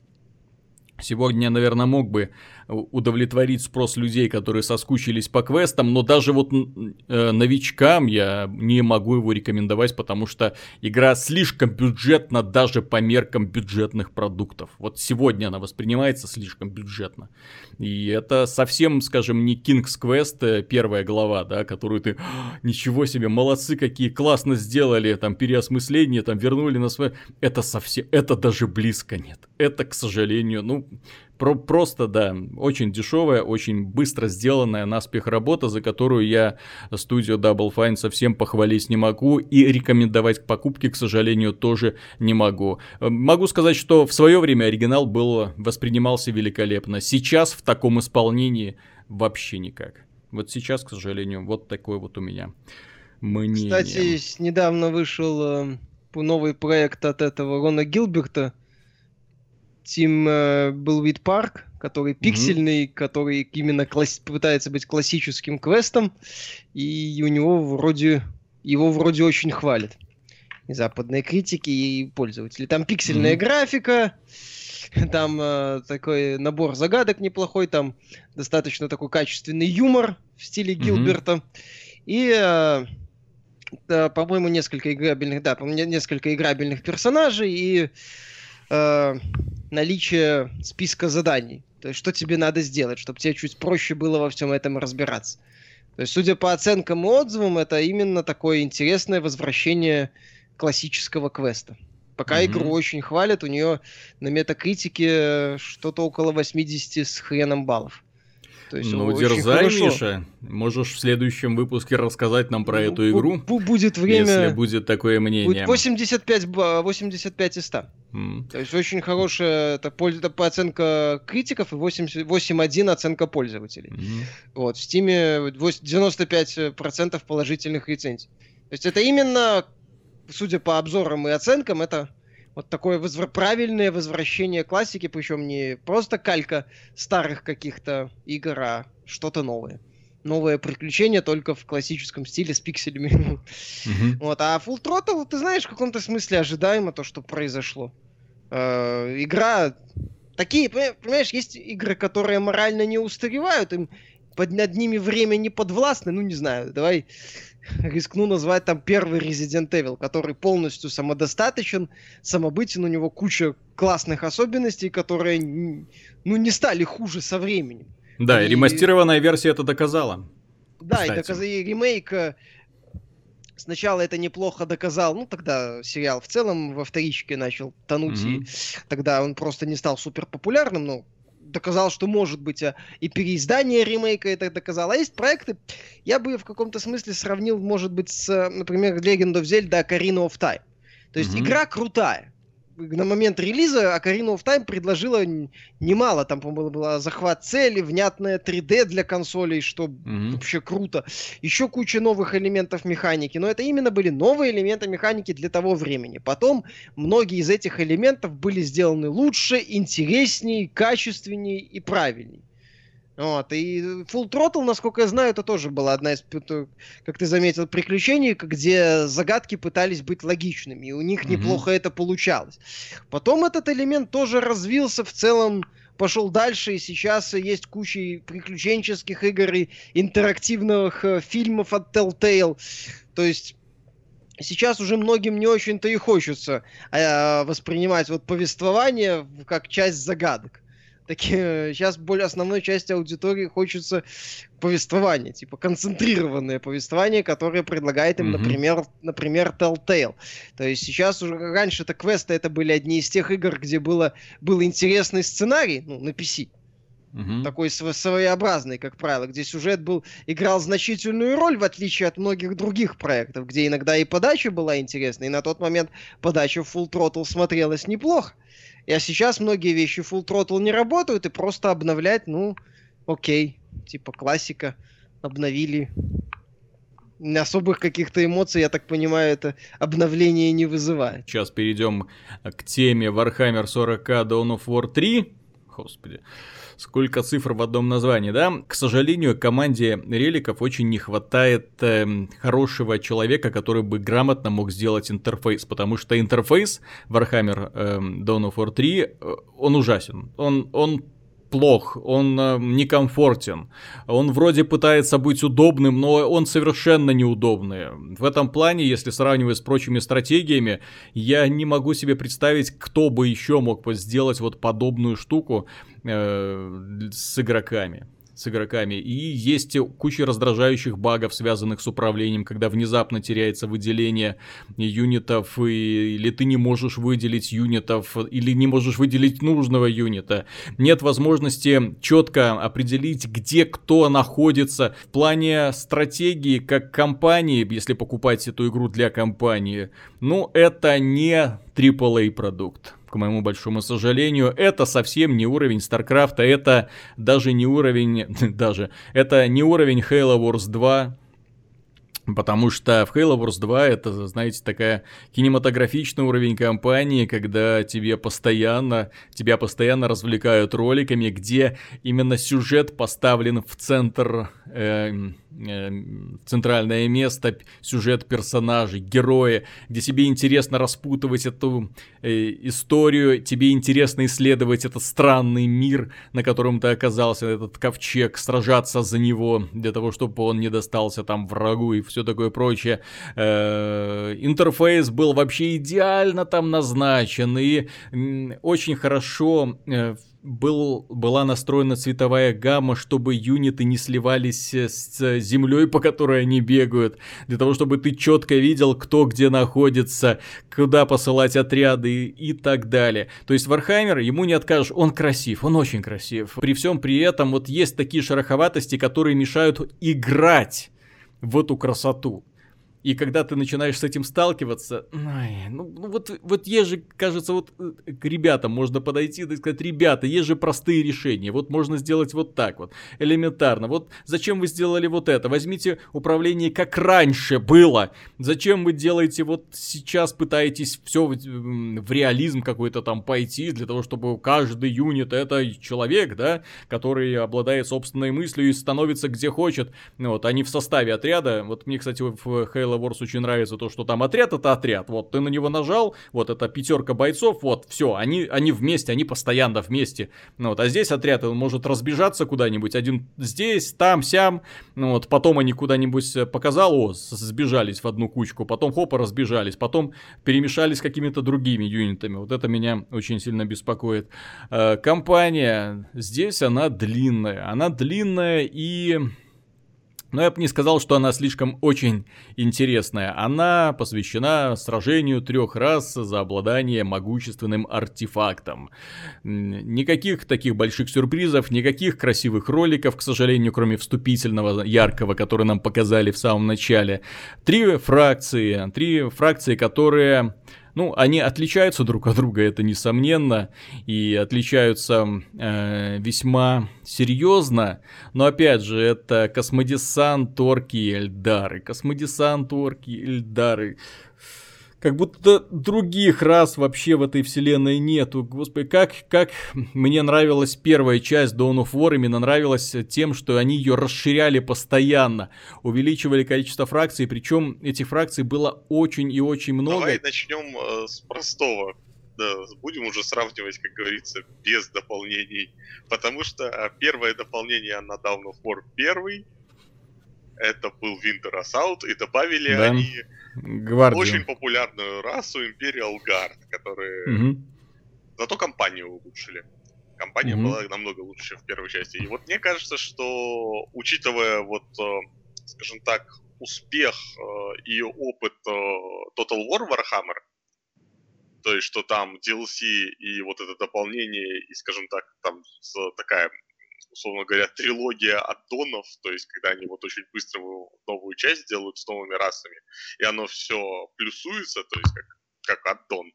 Сегодня, наверное, мог бы удовлетворить спрос людей, которые соскучились по квестам, но даже вот э, новичкам я не могу его рекомендовать, потому что игра слишком бюджетна даже по меркам бюджетных продуктов. Вот сегодня она воспринимается слишком бюджетно. И это совсем, скажем, не King's Quest, первая глава, да, которую ты, ничего себе, молодцы какие, классно сделали, там, переосмысление, там, вернули на свое... Это совсем, это даже близко нет. Это, к сожалению, ну... Про- просто, да, очень дешевая, очень быстро сделанная наспех работа, за которую я студию Double Fine совсем похвалить не могу и рекомендовать к покупке, к сожалению, тоже не могу. Могу сказать, что в свое время оригинал был, воспринимался великолепно. Сейчас в таком исполнении вообще никак. Вот сейчас, к сожалению, вот такой вот у меня мнение.
Кстати, недавно вышел э, новый проект от этого Рона Гилберта, Team э, Bullwheat Park, который пиксельный, mm-hmm. который именно класс... пытается быть классическим квестом, и у него вроде его вроде очень хвалят и западные критики, и пользователи. Там пиксельная mm-hmm. графика, там э, такой набор загадок неплохой, там достаточно такой качественный юмор в стиле Гилберта, mm-hmm. и э, да, по-моему, несколько играбельных, да, по-моему, несколько играбельных персонажей и э, наличие списка заданий. То есть, что тебе надо сделать, чтобы тебе чуть проще было во всем этом разбираться. То есть, судя по оценкам и отзывам, это именно такое интересное возвращение классического квеста. Пока mm-hmm. игру очень хвалят, у нее на метакритике что-то около восемьдесят с хреном баллов. То есть,
ну, дерзай, Миша. Можешь в следующем выпуске рассказать нам про
ну,
эту игру.
Б- будет время...
Если будет такое мнение.
Будет восемьдесят пять, восемьдесят пять из ста. Mm. То есть, очень хорошая это, это по оценка критиков и восемь целых один оценка пользователей. Mm. Вот, в Steam девяносто пять процентов положительных рецензий. То есть, это именно, судя по обзорам и оценкам, это... Вот такое возвр... правильное возвращение классики, причем не просто калька старых каких-то игр, а что-то новое. Новое приключение только в классическом стиле с пикселями. Mm-hmm. Вот. А Full Throttle, ты знаешь, в каком-то смысле ожидаемо то, что произошло. Э-э- игра... Такие, понимаешь, есть игры, которые морально не устаревают, им под... над ними время не подвластно, ну не знаю, давай... рискну назвать там первый Resident Evil, который полностью самодостаточен, самобытен, у него куча классных особенностей, которые ну, не стали хуже со временем.
Да, и, и ремастированная версия это доказала.
Да,
кстати.
и, доказ... и ремейк сначала это неплохо доказал, ну тогда сериал в целом во вторичке начал тонуть, mm-hmm. и тогда он просто не стал супер популярным, но доказал, что может быть, а и переиздание ремейка это доказало. А есть проекты, я бы в каком-то смысле сравнил, может быть, с, например, Legend of Zelda Ocarina of Time. То есть mm-hmm. игра крутая. На момент релиза Ocarina of Time предложила немало. Там, по-моему, был захват цели, внятное три дэ для консолей, что mm-hmm. вообще круто. Еще куча новых элементов механики. Но это именно были новые элементы механики для того времени. Потом многие из этих элементов были сделаны лучше, интереснее, качественнее и правильнее. Вот, и Full Throttle, насколько я знаю, это тоже была одна из, как ты заметил, приключений, где загадки пытались быть логичными, и у них mm-hmm. неплохо это получалось. Потом этот элемент тоже развился, в целом пошел дальше, и сейчас есть куча приключенческих игр и интерактивных э, фильмов от Telltale. То есть сейчас уже многим не очень-то и хочется э, воспринимать вот повествование как часть загадок. Такие, сейчас более основной части аудитории хочется повествования, типа концентрированное повествование, которое предлагает им, mm-hmm. например, например, Telltale. То есть сейчас уже, раньше-то квесты это были одни из тех игр, где было, был интересный сценарий, ну, на пи си, mm-hmm. такой своеобразный, как правило, где сюжет был, играл значительную роль, в отличие от многих других проектов, где иногда и подача была интересной, и на тот момент подача в Full Throttle смотрелась неплохо. А сейчас многие вещи Full Throttle не работают, и просто обновлять, ну, окей. Типа классика. Обновили. Особых каких-то эмоций, я так понимаю, это обновление не вызывает.
Сейчас перейдем к теме Warhammer сорок ка Dawn of War три. Господи. Сколько цифр в одном названии, да? К сожалению, команде Реликов очень не хватает э, хорошего человека, который бы грамотно мог сделать интерфейс, потому что интерфейс Warhammer э, Dawn of War три, э, он ужасен, он, он плох, он э, некомфортен, он вроде пытается быть удобным, но он совершенно неудобный. В этом плане, если сравнивать с прочими стратегиями, я не могу себе представить, кто бы еще мог бы сделать вот подобную штуку э, с игроками. с игроками. И есть куча раздражающих багов, связанных с управлением, когда внезапно теряется выделение юнитов, и, или ты не можешь выделить юнитов, или не можешь выделить нужного юнита. Нет возможности четко определить, где кто находится. В плане стратегии, как компании, если покупать эту игру для компании, ну, это не трипл эй продукт. К моему большому сожалению, это совсем не уровень StarCraft, это даже не уровень, даже, это не уровень Halo Wars два, потому что в Halo Wars два это, знаете, такая кинематографичный уровень кампании, когда тебе постоянно, тебя постоянно развлекают роликами, где именно сюжет поставлен в центр, э, э, центральное место, сюжет персонажей, герои, где тебе интересно распутывать эту э, историю, тебе интересно исследовать этот странный мир, на котором ты оказался, этот ковчег, сражаться за него, для того, чтобы он не достался там врагу и все такое прочее. Э, интерфейс был вообще идеально там назначен, и э, очень хорошо э, был, была настроена цветовая гамма, чтобы юниты не сливались с землей, по которой они бегают, для того, чтобы ты четко видел, кто где находится, куда посылать отряды и, и так далее. То есть Warhammer, ему не откажешь, он красив, он очень красив. При всем при этом вот есть такие шероховатости, которые мешают играть в эту красоту. И когда ты начинаешь с этим сталкиваться, ой, ну, ну вот, вот есть же, кажется, вот к ребятам можно подойти и сказать: ребята, есть же простые решения, вот можно сделать вот так вот, элементарно, вот зачем вы сделали вот это, возьмите управление как раньше было, зачем вы делаете вот сейчас, пытаетесь все в, в реализм какой-то там пойти, для того, чтобы каждый юнит это человек, да, который обладает собственной мыслью и становится где хочет, вот, а не в составе отряда. Вот мне, кстати, в Halo Wars очень нравится то, что там отряд — это отряд. Вот ты на него нажал, вот это пятерка бойцов, вот все, они, они вместе, они постоянно вместе. Ну, вот, а здесь отряд, он может разбежаться куда-нибудь, один здесь, там, сям. Ну, вот, потом они куда-нибудь показал, о, сбежались в одну кучку, потом хопа, разбежались, потом перемешались с какими-то другими юнитами. Вот это меня очень сильно беспокоит. Э, кампания здесь, она длинная, она длинная и... Но я бы не сказал, что она слишком очень интересная. Она посвящена сражению трех рас за обладание могущественным артефактом. Никаких таких больших сюрпризов, никаких красивых роликов, к сожалению, кроме вступительного яркого, который нам показали в самом начале. Три фракции, три фракции, которые... Ну, они отличаются друг от друга, это несомненно, и отличаются э, весьма серьезно, но опять же, это космодесант, орки и эльдары, космодесант, орки и эльдары. Как будто других рас вообще в этой вселенной нету. Господи, как, как мне нравилась первая часть Dawn of War, именно нравилась тем, что они ее расширяли постоянно, увеличивали количество фракций, причем этих фракций было очень и очень много.
Давай начнем э, с простого. Да, будем уже сравнивать, как говорится, без дополнений. Потому что первое дополнение на Dawn of War первый, это был Winter Assault, и добавили
да.
они...
Гвардию.
Очень популярную расу Imperial Guard, которые
угу.
зато компанию улучшили. Компания
угу.
была намного лучше, чем в первой части. И вот мне кажется, что, учитывая вот, скажем так, успех и опыт Total War Warhammer, то есть что там ди эл си и вот это дополнение, и, скажем так, там такая, условно говоря, трилогия аддонов, то есть когда они вот очень быстро новую часть делают с новыми расами, и оно все плюсуется, то есть как, как аддон,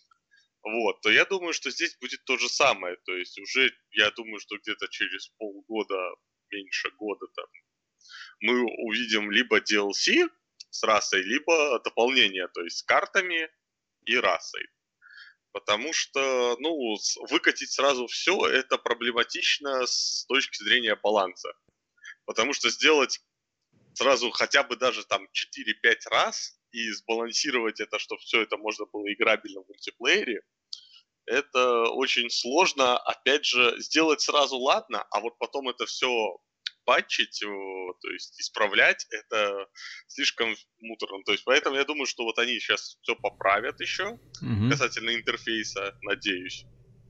вот, то я думаю, что здесь будет то же самое, то есть уже, я думаю, что где-то через полгода, меньше года там, мы увидим либо ди эл си с расой, либо дополнение, то есть с картами и расой. Потому что, ну, выкатить сразу все это проблематично с точки зрения баланса. Потому что сделать сразу хотя бы даже там четыре-пять раз и сбалансировать это, чтобы все это можно было играбельно в мультиплеере, это очень сложно. Опять же, сделать сразу ладно, а вот потом это все патчить, то есть исправлять, это слишком муторно. То есть поэтому я думаю, что вот они сейчас все поправят еще
угу.
касательно интерфейса, надеюсь.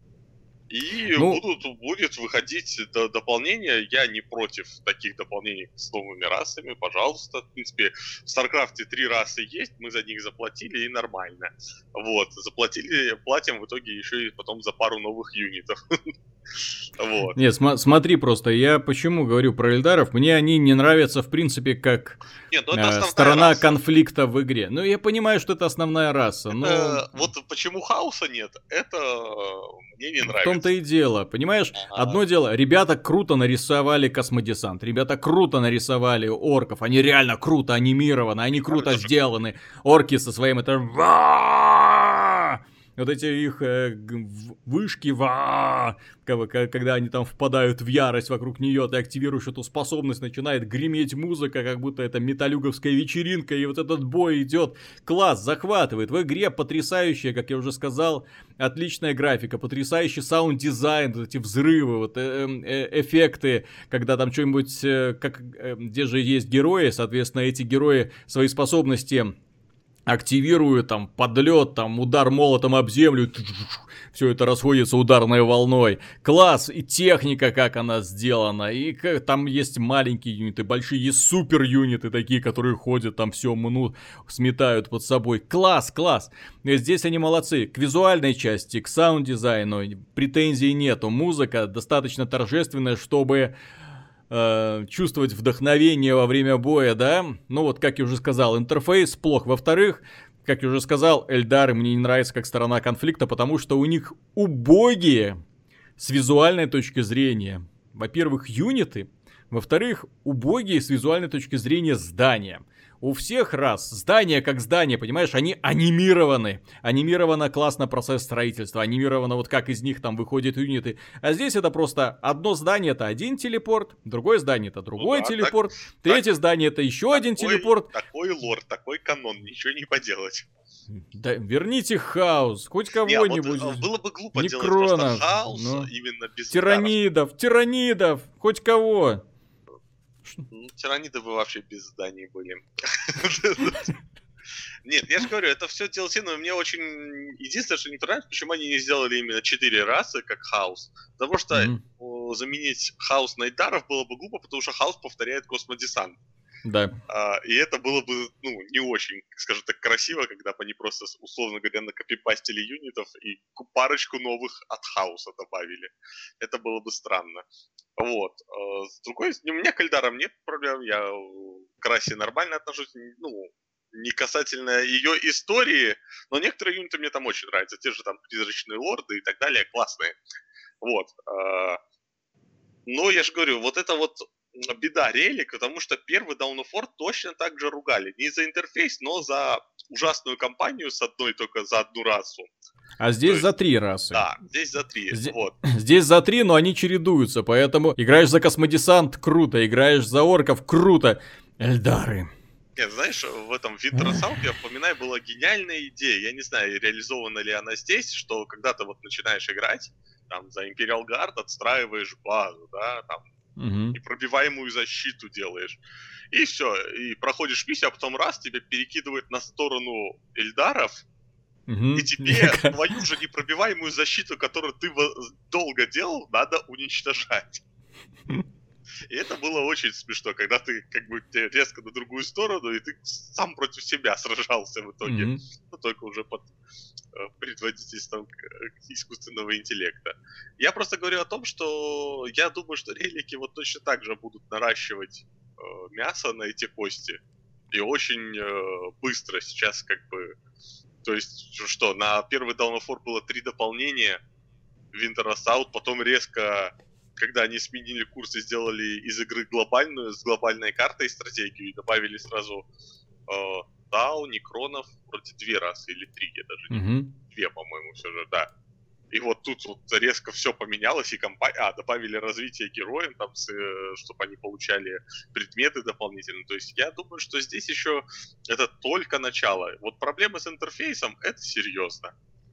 И
ну...
будут, будет выходить до, дополнения. Я не против таких дополнений с новыми расами, пожалуйста. В принципе, в StarCraft три расы есть, мы за них заплатили, и нормально. Вот, заплатили, платим в итоге еще и потом за пару новых юнитов. Вот.
Нет, см- смотри просто, я почему говорю про эльдаров, мне они не нравятся в принципе как
Нет, ну
э, сторона
раса.
конфликта в игре. Ну я понимаю, что это основная раса,
это,
но...
Вот почему хаоса нет, это мне не нравится.
В том-то и дело, понимаешь, ага. Одно дело, ребята круто нарисовали космодесант, ребята круто нарисовали орков, они реально круто анимированы, они круто это сделаны, же... орки со своим это... Вот эти их э, вышки, ва, когда они там впадают в ярость вокруг нее, ты активируешь эту способность, начинает греметь музыка, как будто это металлюговская вечеринка, и вот этот бой идет, класс, захватывает. В игре потрясающая, как я уже сказал, отличная графика, потрясающий саунд-дизайн, вот эти взрывы, вот э, э, эффекты, когда там что-нибудь, э, как, э, где же есть герои, соответственно, эти герои свои способности активируют, там, подлет, там, удар молотом об землю, все это расходится ударной волной. Класс, и техника, как она сделана, и как, там есть маленькие юниты, большие, есть супер юниты такие, которые ходят, там, все мнут, сметают под собой. Класс, класс. И здесь они молодцы. К визуальной части, к саунд-дизайну претензий нету. Музыка достаточно торжественная, чтобы... чувствовать вдохновение во время боя, да? Ну вот, как я уже сказал, интерфейс плох. Во-вторых, как я уже сказал, эльдары мне не нравятся как сторона конфликта, потому что у них убогие с визуальной точки зрения. Во-первых, юниты. Во-вторых, убогие с визуальной точки зрения здания. У всех рас здания как здания, понимаешь, они анимированы. Анимировано классно процесс строительства, анимировано вот как из них там выходят юниты. А здесь это просто одно здание это один телепорт, другое здание это другой ну да, телепорт, так, третье так, здание это еще такой, один телепорт.
Такой лор, такой канон, ничего не поделать.
Да, верните хаос, хоть кого-нибудь.
Вот, было бы глупо
Некронов,
делать просто хаос, но... именно без
тиранидов, ударов. тиранидов, хоть кого.
Ну, тираниды вы вообще без зданий были. Нет, я же говорю, это все ди эл си, но мне очень... Единственное, что не понравилось, почему они не сделали именно четыре расы, как хаос. Потому что mm-hmm. заменить хаос на эльдаров было бы глупо, потому что хаос повторяет космодесант.
Да.
А, и это было бы, ну, не очень, скажем так, красиво, когда бы они просто, условно говоря, накопипастили юнитов и парочку новых от хаоса добавили. Это было бы странно. Вот. А, с другой стороны, у меня к Эльдарам нет проблем, я к расе нормально отношусь, ну, не касательно ее истории, но некоторые юниты мне там очень нравятся, те же там призрачные лорды и так далее, классные. Вот. А, но я же говорю, вот это вот беда Релик, потому что первый Dawn of War точно так же ругали. Не за интерфейс, но за ужасную кампанию с одной только за одну расу.
А здесь
есть,
за три расы.
Да, здесь за три.
Здесь,
вот.
здесь за три, но они чередуются, поэтому играешь за космодесант — круто, играешь за орков — круто. Эльдары.
Нет, знаешь, в этом Winter Assault, я вспоминаю, была гениальная идея. Я не знаю, реализована ли она здесь, что когда ты вот начинаешь играть, там, за Imperial Guard отстраиваешь базу, да, там,
угу.
непробиваемую защиту делаешь. И все, и проходишь миссию, а потом раз тебя перекидывает на сторону Эльдаров,
угу.
и тебе твою же непробиваемую защиту, которую ты долго делал, надо уничтожать. И это было очень смешно, когда ты как бы резко на другую сторону, и ты сам против себя сражался в итоге. Mm-hmm. Ну, только уже под э, предводительством искусственного интеллекта. Я просто говорю о том, что я думаю, что релики вот точно так же будут наращивать э, мясо на эти кости. И очень э, быстро сейчас как бы... То есть, что, на первый Dawn of War было три дополнения, Winter Assault, потом резко... Когда они сменили курс и сделали из игры глобальную, с глобальной картой стратегию, и добавили сразу э, Тау, Некронов, вроде две расы или три, я даже не
mm-hmm.
две, по-моему, все же, да. И вот тут вот резко все поменялось, и компания... А, добавили развитие героям, там, с, э, чтобы они получали предметы дополнительно. То есть я думаю, что здесь еще это только начало. Вот проблемы с интерфейсом, это серьезно.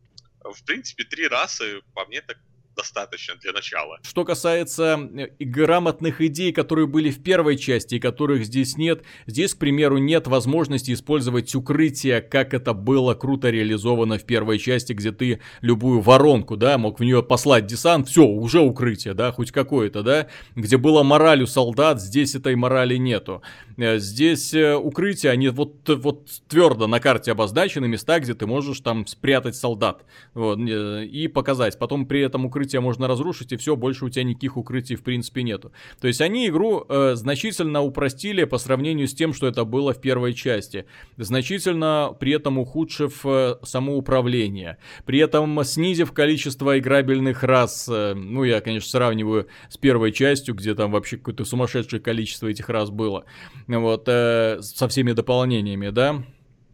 В принципе, три расы, по мне, так достаточно для начала.
Что касается грамотных идей, которые были в первой части и которых здесь нет, здесь, к примеру, нет возможности использовать укрытие, как это было круто реализовано в первой части, где ты любую воронку, да, мог в нее послать десант, все, уже укрытие, да, хоть какое-то, да, где была мораль у солдат, здесь этой морали нету. Здесь укрытия, они вот, вот твердо на карте обозначены места, где ты можешь там спрятать солдат, вот, и показать. Потом при этом укрытие можно разрушить, и все, больше у тебя никаких укрытий в принципе нету. То есть они игру э, значительно упростили по сравнению с тем, что это было в первой части. Значительно при этом ухудшив э, само управление. При этом снизив количество играбельных рас. Э, ну, я, конечно, сравниваю с первой частью, где там вообще какое-то сумасшедшее количество этих рас было. Вот, э, со всеми дополнениями, да.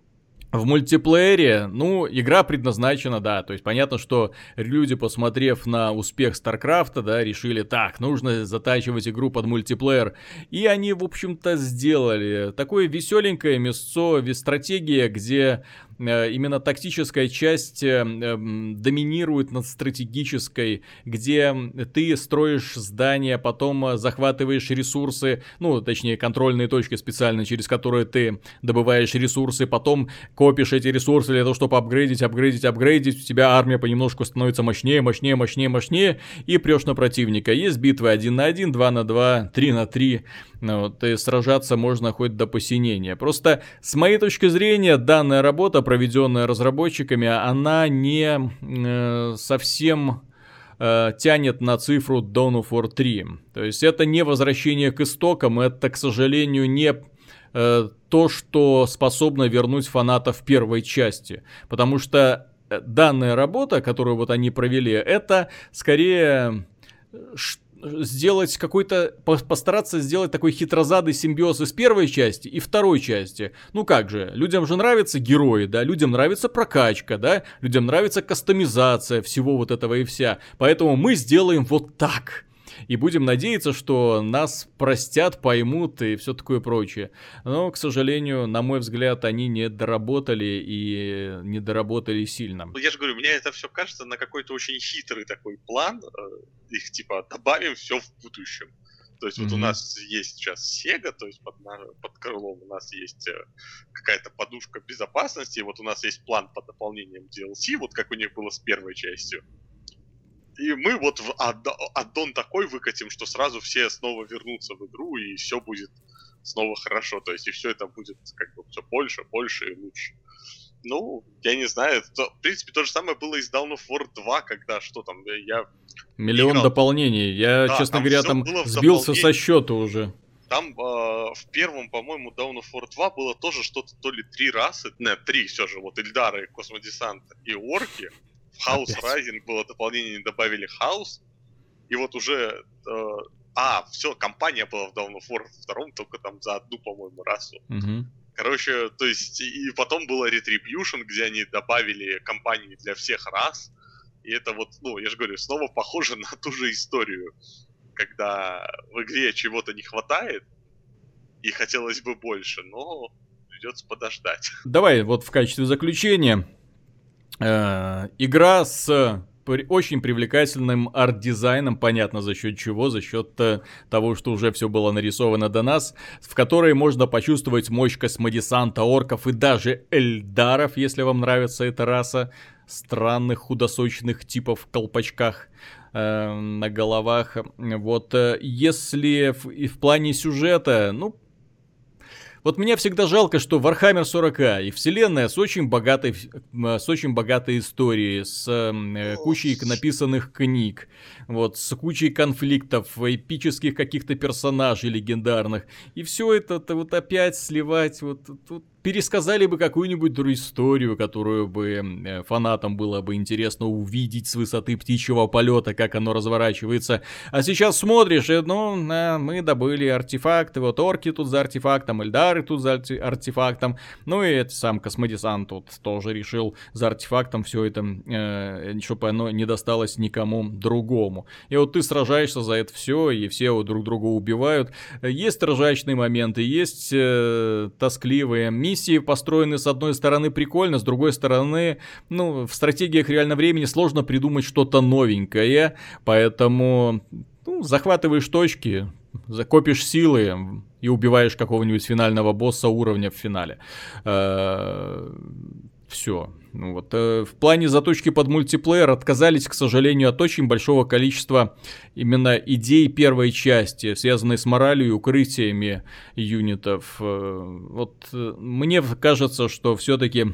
В мультиплеере, ну, игра предназначена, да, то есть понятно, что люди, посмотрев на успех Старкрафта, да, решили, так, нужно затачивать игру под мультиплеер, и они, в общем-то, сделали такое веселенькое мясцо, стратегия, где э, именно тактическая часть э, э, доминирует над стратегической, где ты строишь здания, потом захватываешь ресурсы, ну, точнее, контрольные точки специально, через которые ты добываешь ресурсы, потом копишь эти ресурсы для того, чтобы апгрейдить, апгрейдить, апгрейдить, у тебя армия понемножку становится мощнее, мощнее, мощнее, мощнее, и прешь на противника. Есть битвы один на один, два на два, три на три, ну, вот, и сражаться можно хоть до посинения. Просто, с моей точки зрения, данная работа, проведенная разработчиками, она не э, совсем... тянет на цифру Dawn of War три. То есть это не возвращение к истокам, это, к сожалению, не э, то, что способно вернуть фанатов первой части. Потому что данная работа, которую вот они провели, это скорее сделать какой-то, постараться сделать такой хитрозадый симбиоз из первой части и второй части. Ну как же, людям же нравятся герои, да, людям нравится прокачка, да, людям нравится кастомизация всего вот этого и вся. Поэтому мы сделаем вот так. И будем надеяться, что нас простят, поймут и все такое прочее. Но, к сожалению, на мой взгляд, они не доработали и не доработали сильно.
Я же говорю, мне это все кажется на какой-то очень хитрый такой план. Их типа добавим все в будущем. То есть mm-hmm. вот у нас есть сейчас Sega, то есть под, под крылом у нас есть какая-то подушка безопасности, и вот у нас есть план по дополнениям ди эл си, вот как у них было с первой частью. И мы вот в аддон такой выкатим, что сразу все снова вернутся в игру, и все будет снова хорошо. То есть и все это будет как бы все больше, больше и лучше. Ну, я не знаю, то, в принципе, то же самое было и с Dawn of War два, когда что там, я...
Миллион
играл.
дополнений. Я,
Да,
честно
там
говоря,
всё
там
было в
сбился со
дополнении.
счета уже.
Там э, в первом, по-моему, Dawn of War два было тоже что-то, то ли три расы, нет, три все же, вот Эльдары, Космодесант и Орки. В House
Опять.
Rising было дополнение, не добавили House. И вот уже... Э, а, все, компания была в Dawn of War втором, только там за одну, по-моему, расу.
Угу.
Короче, то есть, и потом было Retribution, где они добавили компании для всех рас. И это вот, ну, я же говорю, снова похоже на ту же историю. Когда в игре чего-то не хватает, и хотелось бы больше, но придется подождать.
Давай вот в качестве заключения. Э, игра с при- очень привлекательным арт-дизайном, понятно за счет чего, за счет э, того, что уже все было нарисовано до нас, в которой можно почувствовать мощь космодесанта, орков и даже эльдаров, если вам нравится эта раса, странных худосочных типов в колпачках э, на головах. Вот э, если в, и в плане сюжета, ну, вот меня всегда жалко, что Warhammer сорок а и вселенная с очень богатой, с очень богатой историей, с э, кучей написанных книг, вот, с кучей конфликтов, эпических каких-то персонажей легендарных. И все это вот опять сливать, вот, вот пересказали бы какую-нибудь другую историю, которую бы фанатам было бы интересно увидеть с высоты птичьего полета, как оно разворачивается. А сейчас смотришь, и, ну, на, мы добыли артефакты, вот орки тут за артефактом, эльдары тут за арти- артефактом, ну и это сам космодесант тут тоже решил за артефактом все это, э, чтобы оно не досталось никому другому. И вот ты сражаешься за это все, и все вот друг друга убивают. Есть ржачные моменты, есть э, тоскливые миссии. Миссии построены с одной стороны прикольно, с другой стороны, ну, в стратегиях реального времени сложно придумать что-то новенькое, поэтому, ну, захватываешь точки, закопишь силы и убиваешь какого-нибудь финального босса уровня в финале. Все. Ну, вот, э, в плане заточки под мультиплеер отказались, к сожалению, от очень большого количества именно идей первой части, связанной с моралью и укрытиями юнитов. Э, вот э, мне кажется, что все-таки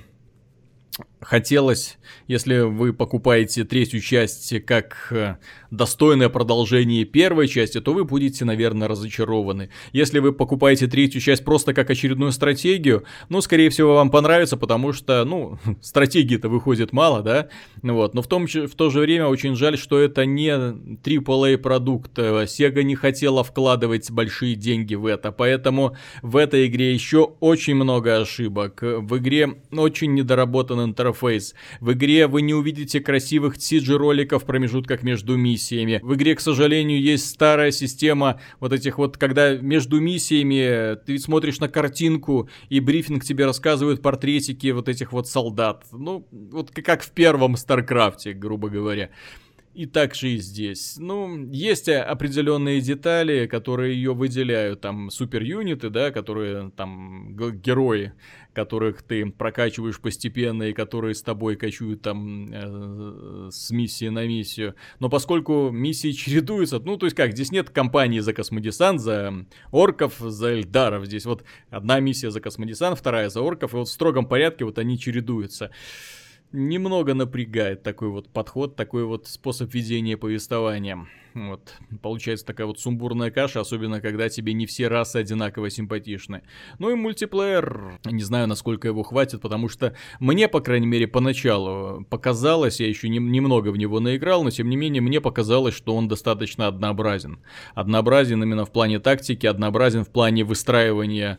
хотелось, если вы покупаете третью часть как э, достойное продолжение первой части, то вы будете, наверное, разочарованы. Если вы покупаете третью часть просто как очередную стратегию, ну, скорее всего, вам понравится, потому что, ну, стратегии-то выходит мало, да? Вот. Но в, том, в то же время очень жаль, что это не трипл эй продукт. Sega не хотела вкладывать большие деньги в это, поэтому в этой игре еще очень много ошибок. В игре очень недоработан интерфейс. В игре вы не увидите красивых си джи-роликов в промежутках между миссиями. В игре, к сожалению, есть старая система вот этих вот, когда между миссиями ты смотришь на картинку, и брифинг тебе рассказывает портретики вот этих вот солдат. Ну, вот как в первом Старкрафте, грубо говоря. И так же и здесь. Ну, есть определенные детали, которые ее выделяют. Там супер-юниты, да, которые там г- герои, которых ты прокачиваешь постепенно и которые с тобой качуют там э, с миссии на миссию. Но поскольку миссии чередуются, ну, то есть как, здесь нет кампании за космодесант, за орков, за эльдаров. Здесь вот одна миссия за космодесант, вторая за орков, и вот в строгом порядке вот они чередуются. Немного напрягает такой вот подход, такой вот способ ведения повествования. Вот. Получается такая вот сумбурная каша, особенно когда тебе не все расы одинаково симпатичны. Ну и мультиплеер, не знаю, насколько его хватит, потому что мне, по крайней мере, поначалу показалось, я еще не, немного в него наиграл, но тем не менее мне показалось, что он достаточно однообразен. Однообразен именно в плане тактики, однообразен в плане выстраивания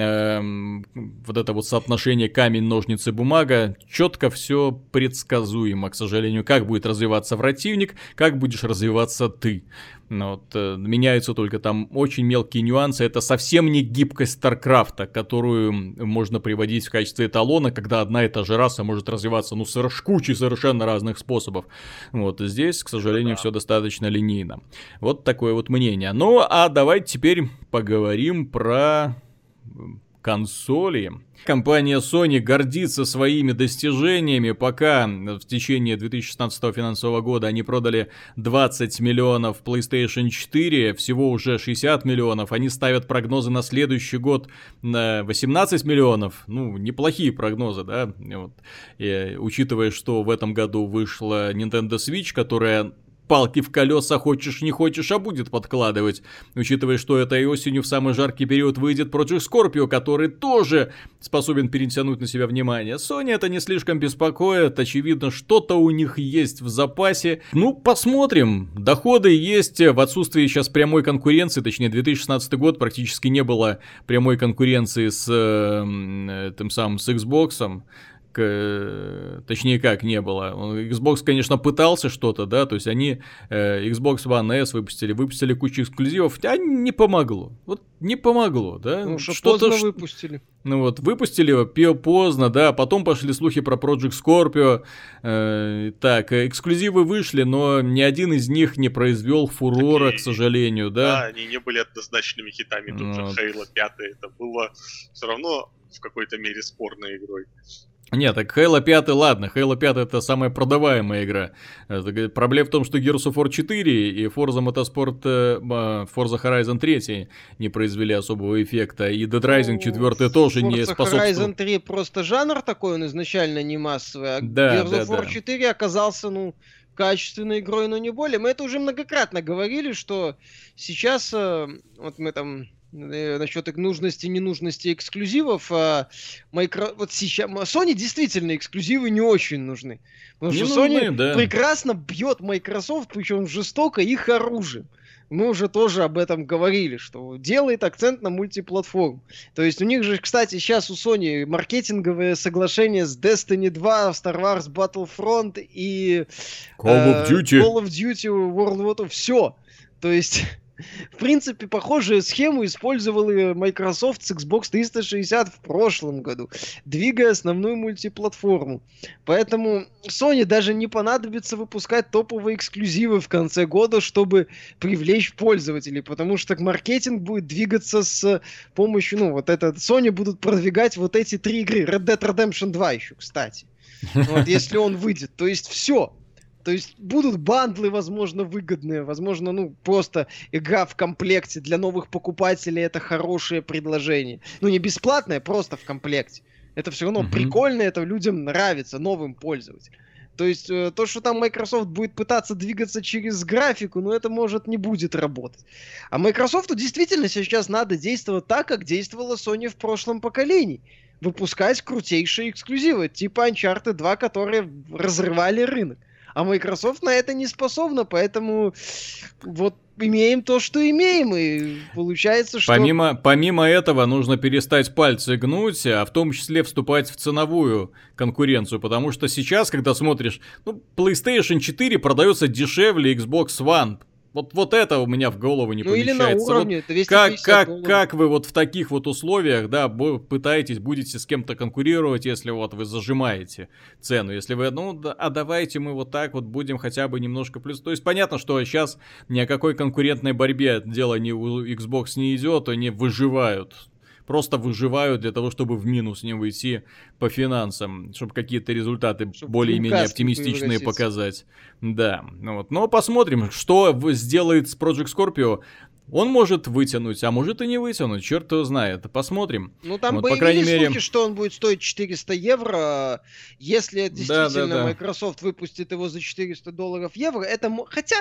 эм, вот это вот соотношение камень, ножницы, бумага. Четко все предсказуемо, к сожалению, как будет развиваться противник, как будешь развиваться ты. Ну, вот, э, меняются только там очень мелкие нюансы. Это совсем не гибкость Старкрафта, которую можно приводить в качестве эталона, когда одна и та же раса может развиваться, ну, с кучей совершенно разных способов. Вот здесь, к сожалению, все достаточно линейно. Вот такое вот мнение. Ну, а давайте теперь поговорим про консоли. Компания Sony гордится своими достижениями, пока в течение две тысячи шестнадцатого финансового года они продали двадцать миллионов PlayStation четыре, всего уже шестьдесят миллионов. Они ставят прогнозы на следующий год на восемнадцать миллионов. Ну, неплохие прогнозы, да? Вот. И, учитывая, что в этом году вышла Nintendo Switch, которая... палки в колеса, хочешь не хочешь, а будет подкладывать. Учитывая, что этой осенью в самый жаркий период выйдет Project Scorpio, который тоже способен перетянуть на себя внимание. Sony это не слишком беспокоит, очевидно, что-то у них есть в запасе. Ну, посмотрим. Доходы есть, в отсутствии сейчас прямой конкуренции, точнее, две тысячи шестнадцатый год практически не было прямой конкуренции с э, тем самым, с Xbox. К, точнее как не было. Xbox, конечно, пытался что-то, да, то есть они э, Xbox One S выпустили, выпустили кучу эксклюзивов, а не помогло. Вот не помогло, да.
Ну, что
что-то
поздно выпустили.
Ну вот, выпустили его поздно, да, потом пошли слухи про Project Scorpio. Э, так, эксклюзивы вышли, но ни один из них не произвел фурора, Такие, к сожалению, да.
Да, они не были однозначными хитами, тут вот. же Halo пять, это было все равно в какой-то мере спорной игрой.
Нет, так Halo пять, ладно, Halo пять это самая продаваемая игра. Это, проблема в том, что Gears of War четыре и Forza Motorsport, Forza Horizon три не произвели особого эффекта, и Dead Rising четыре тоже
Forza
не способствовал.
Forza Horizon три просто жанр такой, он изначально не массовый, а
да,
Gears
да,
of War
да.
четыре оказался, ну, качественной игрой, но не более. Мы это уже многократно говорили, что сейчас, вот мы там... насчет нужности и ненужности эксклюзивов, а Micro... вот сейчас Sony действительно эксклюзивы не очень нужны. Потому
не
что
нужны,
Sony
да.
прекрасно бьет Microsoft, причем жестоко, их оружием. Мы уже тоже об этом говорили, что делает акцент на мультиплатформу. То есть у них же, кстати, сейчас у Sony маркетинговые соглашения с Destiny два, Star Wars Battlefront и
Call of Duty,
э, Call of Duty World War Two. Все. То есть... В принципе, похожую схему использовал и Microsoft с Xbox триста шестьдесят в прошлом году, двигая основную мультиплатформу. Поэтому Sony даже не понадобится выпускать топовые эксклюзивы в конце года, чтобы привлечь пользователей, потому что маркетинг будет двигаться с помощью, ну, вот это, Sony будут продвигать вот эти три игры. Red Dead Redemption два еще, кстати. Вот, если он выйдет. То есть все. То есть будут бандлы, возможно, выгодные, возможно, ну, просто игра в комплекте для новых покупателей — это хорошее предложение. Ну, не бесплатное, просто в комплекте. Это все равно mm-hmm. прикольно, это людям нравится, новым пользователям. То есть э, то, что там Microsoft будет пытаться двигаться через графику, ну, это, может, не будет работать. А Microsoft действительно сейчас надо действовать так, как действовала Sony в прошлом поколении. Выпускать крутейшие эксклюзивы, типа Uncharted два, которые разрывали рынок. А Microsoft на это не способна, поэтому вот имеем то, что имеем, и получается, что...
Помимо, помимо этого нужно перестать пальцы гнуть, а в том числе вступать в ценовую конкуренцию, потому что сейчас, когда смотришь, ну, PlayStation четыре продается дешевле Xbox One. Вот, вот это у меня в голову не
ну,
помещается.
Или на уровне
вот
двести
как,
пятьдесят
как,
долларов.
как вы вот в таких вот условиях, да, пытаетесь, будете с кем-то конкурировать, если вот вы зажимаете цену, если вы, ну, да, а давайте мы вот так вот будем хотя бы немножко плюс. То есть понятно, что сейчас ни о какой конкурентной борьбе дело ни у Xbox не идет, они выживают. Просто выживают для того, чтобы в минус не выйти по финансам, чтобы какие-то результаты чтобы более-менее оптимистичные показать. Да, ну вот. Но посмотрим, что сделает с Project Scorpio. Он может вытянуть, а может и не вытянуть, черт его знает. Посмотрим.
Ну там
вот,
появились
по крайней мере...
слухи, что он будет стоить четыреста евро. Если действительно
да, да, да.
Microsoft выпустит его за четыреста долларов евро, это... Хотя...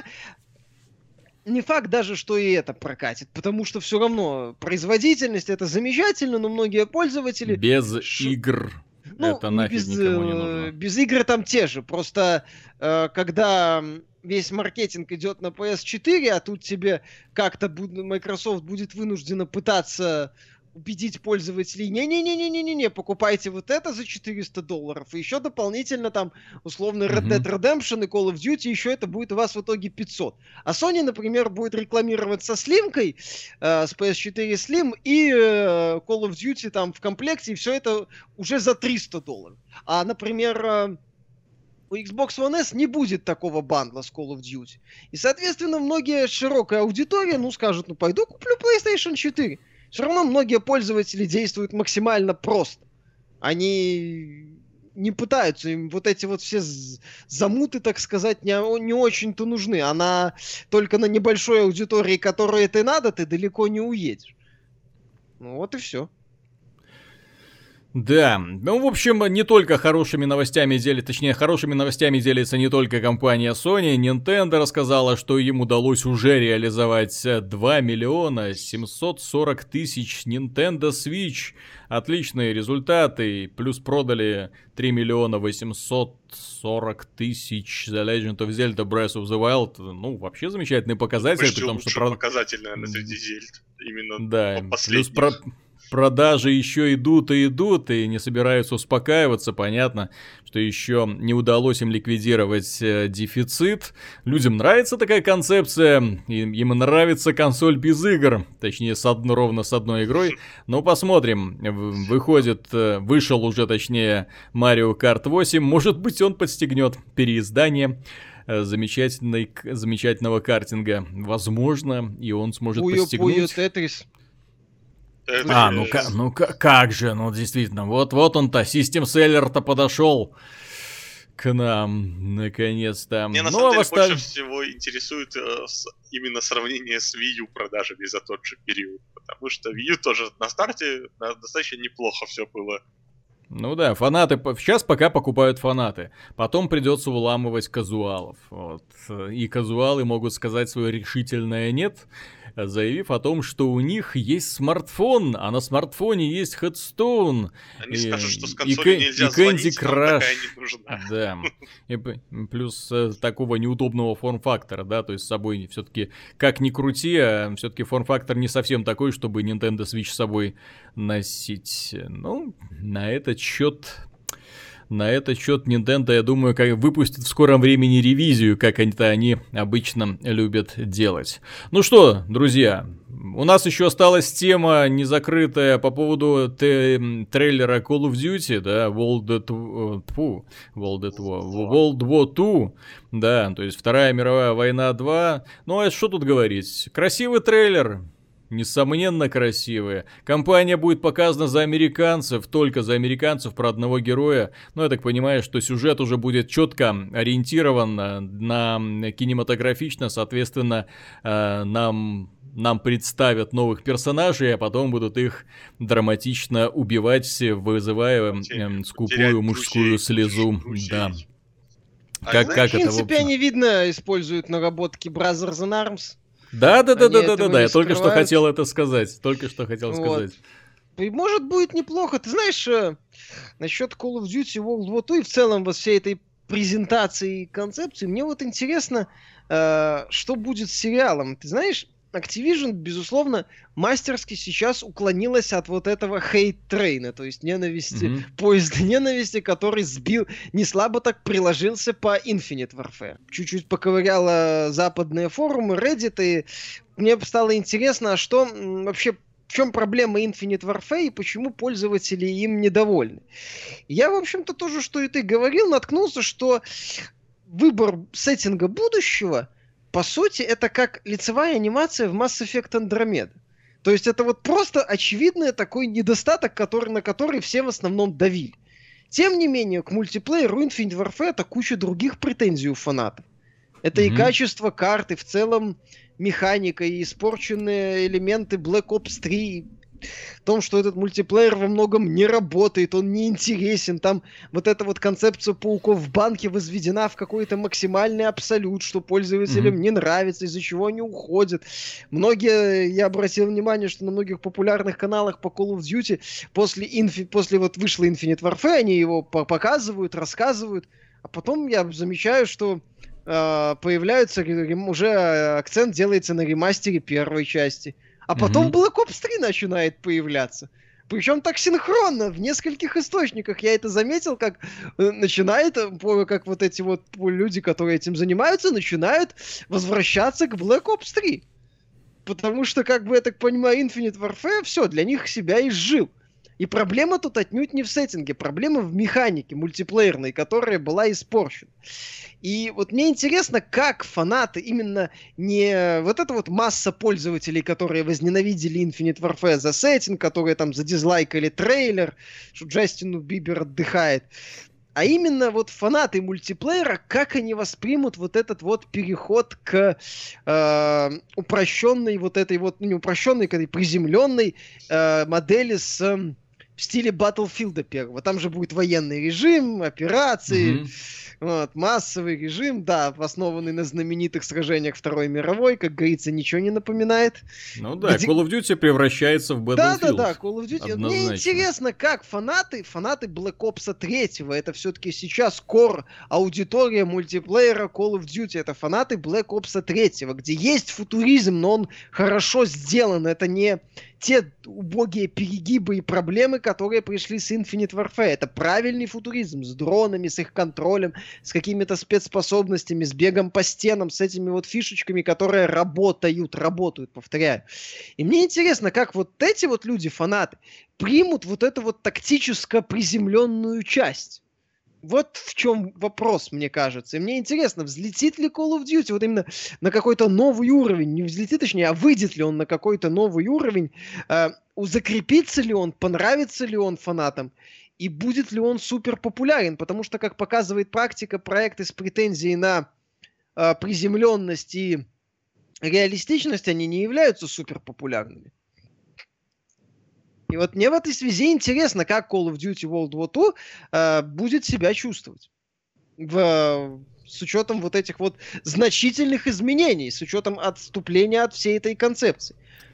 Не факт даже, что и это прокатит, потому что все равно производительность это замечательно, но многие пользователи...
Без
ш...
игр
ну,
это нафиг
без,
никому не нужно.
Без игр там те же, просто э, когда весь маркетинг идет на пи эс четыре, а тут тебе как-то Microsoft будет вынуждена пытаться... убедить пользователей, не-не-не-не-не-не, покупайте вот это за четыреста долларов, и еще дополнительно там, условно, Red Dead Redemption и Call of Duty, еще это будет у вас в итоге пятьсот. А Sony, например, будет рекламировать со слимкой, э, с пи эс четыре Slim и э, Call of Duty там в комплекте, и все это уже за триста долларов. А, например, э, у Xbox One S не будет такого бандла с Call of Duty. И, соответственно, многие широкая аудитория, ну, скажут, ну, пойду куплю PlayStation четыре. Все равно многие пользователи действуют максимально просто. Они не пытаются, им вот эти вот все замуты, так сказать, не, не очень-то нужны. Она только на небольшой аудитории, которой это надо, ты далеко не уедешь. Ну вот и все.
Да, ну, в общем, не только хорошими новостями делится, точнее, хорошими новостями делится не только компания Sony. Nintendo рассказала, что им удалось уже реализовать два миллиона семьсот сорок тысяч Nintendo Switch. Отличные результаты, плюс продали три миллиона восемьсот сорок тысяч The Legend of Zelda Breath of the Wild. Ну, вообще замечательный показатель.
Почти
потому
лучший
что про...
показатель, наверное, среди Зельд. Именно
да,
по
плюс про... продажи еще идут и идут, и не собираются успокаиваться. Понятно, что еще не удалось им ликвидировать э, дефицит. Людям нравится такая концепция, им, им нравится консоль без игр. Точнее, с од... ровно с одной игрой. Но посмотрим. Выходит, э, вышел уже, точнее, Mario Kart восемь. Может быть, он подстегнет переиздание э, замечательной, замечательного картинга. Возможно, и он сможет
Пую,
подстегнуть...
пую, Тетрис.
Это
А, ну, как, ну как, как же, ну действительно, вот, вот он-то, System Seller-то подошел к нам, наконец-то.
Мне на
ну,
самом деле
осталь...
больше всего интересует э, с, именно сравнение с Wii U продажами за тот же период, потому что Wii U тоже на старте на, достаточно неплохо все было.
Ну да, фанаты, сейчас пока покупают фанаты, потом придется уламывать казуалов, вот. И казуалы могут сказать свое решительное «нет», заявив о том, что у них есть смартфон, а на смартфоне есть Headstone.
Они
и,
скажут, что с
и,
консолью
и,
нельзя
и
звонить,
Candy
нам
Crush.
такая не нужна.
Да. И плюс э, такого неудобного форм-фактора, да, то есть с собой все-таки, как ни крути, а все-таки форм-фактор не совсем такой, чтобы Nintendo Switch с собой носить. Ну, на этот счет... На этот счет Nintendo, я думаю, как выпустит в скором времени ревизию, как они-то они обычно любят делать. Ну что, друзья, у нас еще осталась тема незакрытая по поводу т- трейлера Call of Duty, да, World at, фу, World at War, World War два, да, то есть Вторая мировая война два. Ну а что тут говорить? Красивый трейлер. Несомненно красивые. Компания будет показана за американцев, только за американцев, про одного героя. Но я так понимаю, что сюжет уже будет четко ориентирован на кинематографично, соответственно, нам... Нам представят новых персонажей, а потом будут их драматично убивать, вызывая э, скупую мужскую друзей, слезу. Друзей. Да.
А как, как в принципе, это, они, видно, используют наработки Brothers in Arms.
Да, да, да, да, да, да, да. Я только что хотел это сказать. Только что хотел вот. сказать.
И может будет неплохо. Ты знаешь, э, насчет Call of Duty World War два и в целом вот всей этой презентации и концепции, мне вот интересно, э, что будет с сериалом. Ты знаешь, Activision, безусловно, мастерски сейчас уклонилась от вот этого хейт-трейна, то есть ненависти, mm-hmm. поезда ненависти, который сбил, не слабо так приложился по Infinite Warfare. Чуть-чуть поковыряла западные форумы, Reddit, и мне стало интересно, а что вообще, в чем проблема Infinite Warfare и почему пользователи им недовольны. Я, в общем-то, тоже, что и ты говорил, наткнулся, что выбор сеттинга будущего по сути, это как лицевая анимация в Mass Effect Andromeda. То есть это вот просто очевидный такой недостаток, который, на который все в основном давили. Тем не менее, к мультиплееру Infinite Warfare это куча других претензий у фанатов. Это mm-hmm. и качество карты, в целом механика, и испорченные элементы Black Ops три. В том, что этот мультиплеер во многом не работает, он неинтересен, там вот эта вот концепция пауков в банке возведена в какой-то максимальный абсолют, что пользователям mm-hmm. не нравится, из-за чего они уходят. Многие, я обратил внимание, что на многих популярных каналах по Call of Duty после, инфи, после вот вышло Infinite Warfare, они его показывают, рассказывают, а потом я замечаю, что э, появляются, уже акцент делается на ремастере первой части. А потом mm-hmm. Black Ops три начинает появляться. Причем так синхронно, в нескольких источниках. Я это заметил, как начинает, как вот эти вот люди, которые этим занимаются, начинают возвращаться к Black Ops три. Потому что, как бы, я так понимаю, Infinite Warfare, все, для них себя изжил. И проблема тут отнюдь не в сеттинге, проблема в механике мультиплеерной, которая была испорчена. И вот мне интересно, как фанаты, именно не вот эта вот масса пользователей, которые возненавидели Infinite Warfare за сеттинг, которые там задизлайкали трейлер, что Джастину Бибер отдыхает, а именно вот фанаты мультиплеера, как они воспримут вот этот вот переход к э, упрощенной вот этой вот, ну не упрощенной, к этой приземленной э, модели с э, в стиле Battlefield первого. Там же будет военный режим, операции, mm-hmm. вот, массовый режим, да, основанный на знаменитых сражениях Второй мировой, как говорится, ничего не напоминает.
Ну да, Где... Call of Duty превращается в Battlefield.
Да-да-да, Call of Duty. Однозначно. Мне интересно, как фанаты, фанаты Black Ops три, это все-таки сейчас core аудитория мультиплеера Call of Duty, это фанаты Black Ops три, где есть футуризм, но он хорошо сделан, это не те убогие перегибы и проблемы, которые пришли с Infinite Warfare. Это правильный футуризм с дронами, с их контролем, с какими-то спецспособностями, с бегом по стенам, с этими вот фишечками, которые работают, работают, повторяю. И мне интересно, как вот эти вот люди, фанаты, примут вот эту вот тактически приземленную часть. Вот в чем вопрос, мне кажется. И мне интересно, взлетит ли Call of Duty вот именно на какой-то новый уровень, не взлетит, точнее, а выйдет ли он на какой-то новый уровень, э, закрепится ли он, понравится ли он фанатам, и будет ли он супер популярен, потому что, как показывает практика, проекты с претензией на э, приземленность и реалистичность, они не являются супер популярными. И вот мне в этой связи интересно, как Call of Duty World War два э, будет себя чувствовать. В, с учетом вот этих вот значительных изменений, с учетом отступления от всей этой концепции.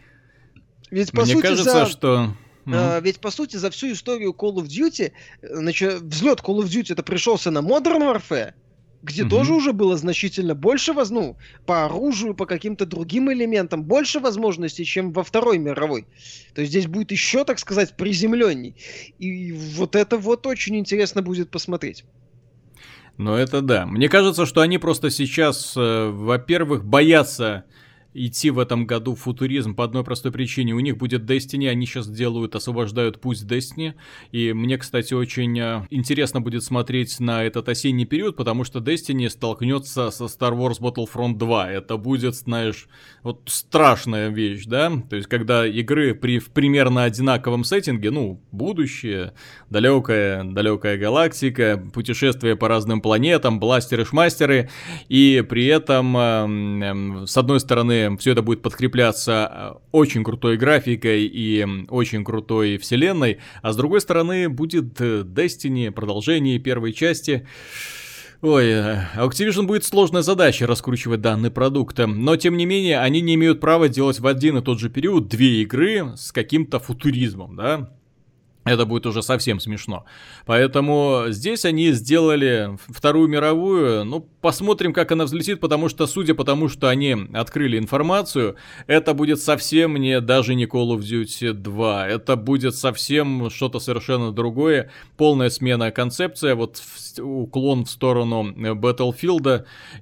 Ведь, по
Мне
сути,
кажется,
за...
что...
Uh, ведь, по сути, за всю историю Call of Duty, значит, взлет Call of Duty это пришелся на Modern Warfare, где mm-hmm. тоже уже было значительно больше, воз... ну, по оружию, по каким-то другим элементам, больше возможностей, чем во Второй мировой. То есть здесь будет еще, так сказать, приземленней. И вот это вот очень интересно будет посмотреть.
Ну это да. Мне кажется, что они просто сейчас, э, во-первых, боятся идти в этом году в футуризм по одной простой причине. У них будет Destiny, они сейчас делают, освобождают путь Destiny. И мне, кстати, очень э, интересно будет смотреть на этот осенний период, потому что Destiny столкнется со Star Wars Battlefront два. Это будет, знаешь, вот страшная вещь, да? То есть, когда игры при в примерно одинаковом сеттинге, ну, будущее, далекая, далекая галактика, путешествия по разным планетам, бластеры-шмастеры, и при этом, э, э, с одной стороны, все это будет подкрепляться очень крутой графикой и очень крутой вселенной, а с другой стороны будет Destiny, продолжение первой части. Ой, Activision будет сложная задача раскручивать данный продукт, но тем не менее они не имеют права делать в один и тот же период две игры с каким-то футуризмом, да? Это будет уже совсем смешно. Поэтому здесь они сделали Вторую мировую. Ну, посмотрим, как она взлетит, потому что, судя по тому, что они открыли информацию, это будет совсем не, даже не Call of Duty два. Это будет совсем что-то совершенно другое. Полная смена концепции, вот уклон в сторону Battlefield.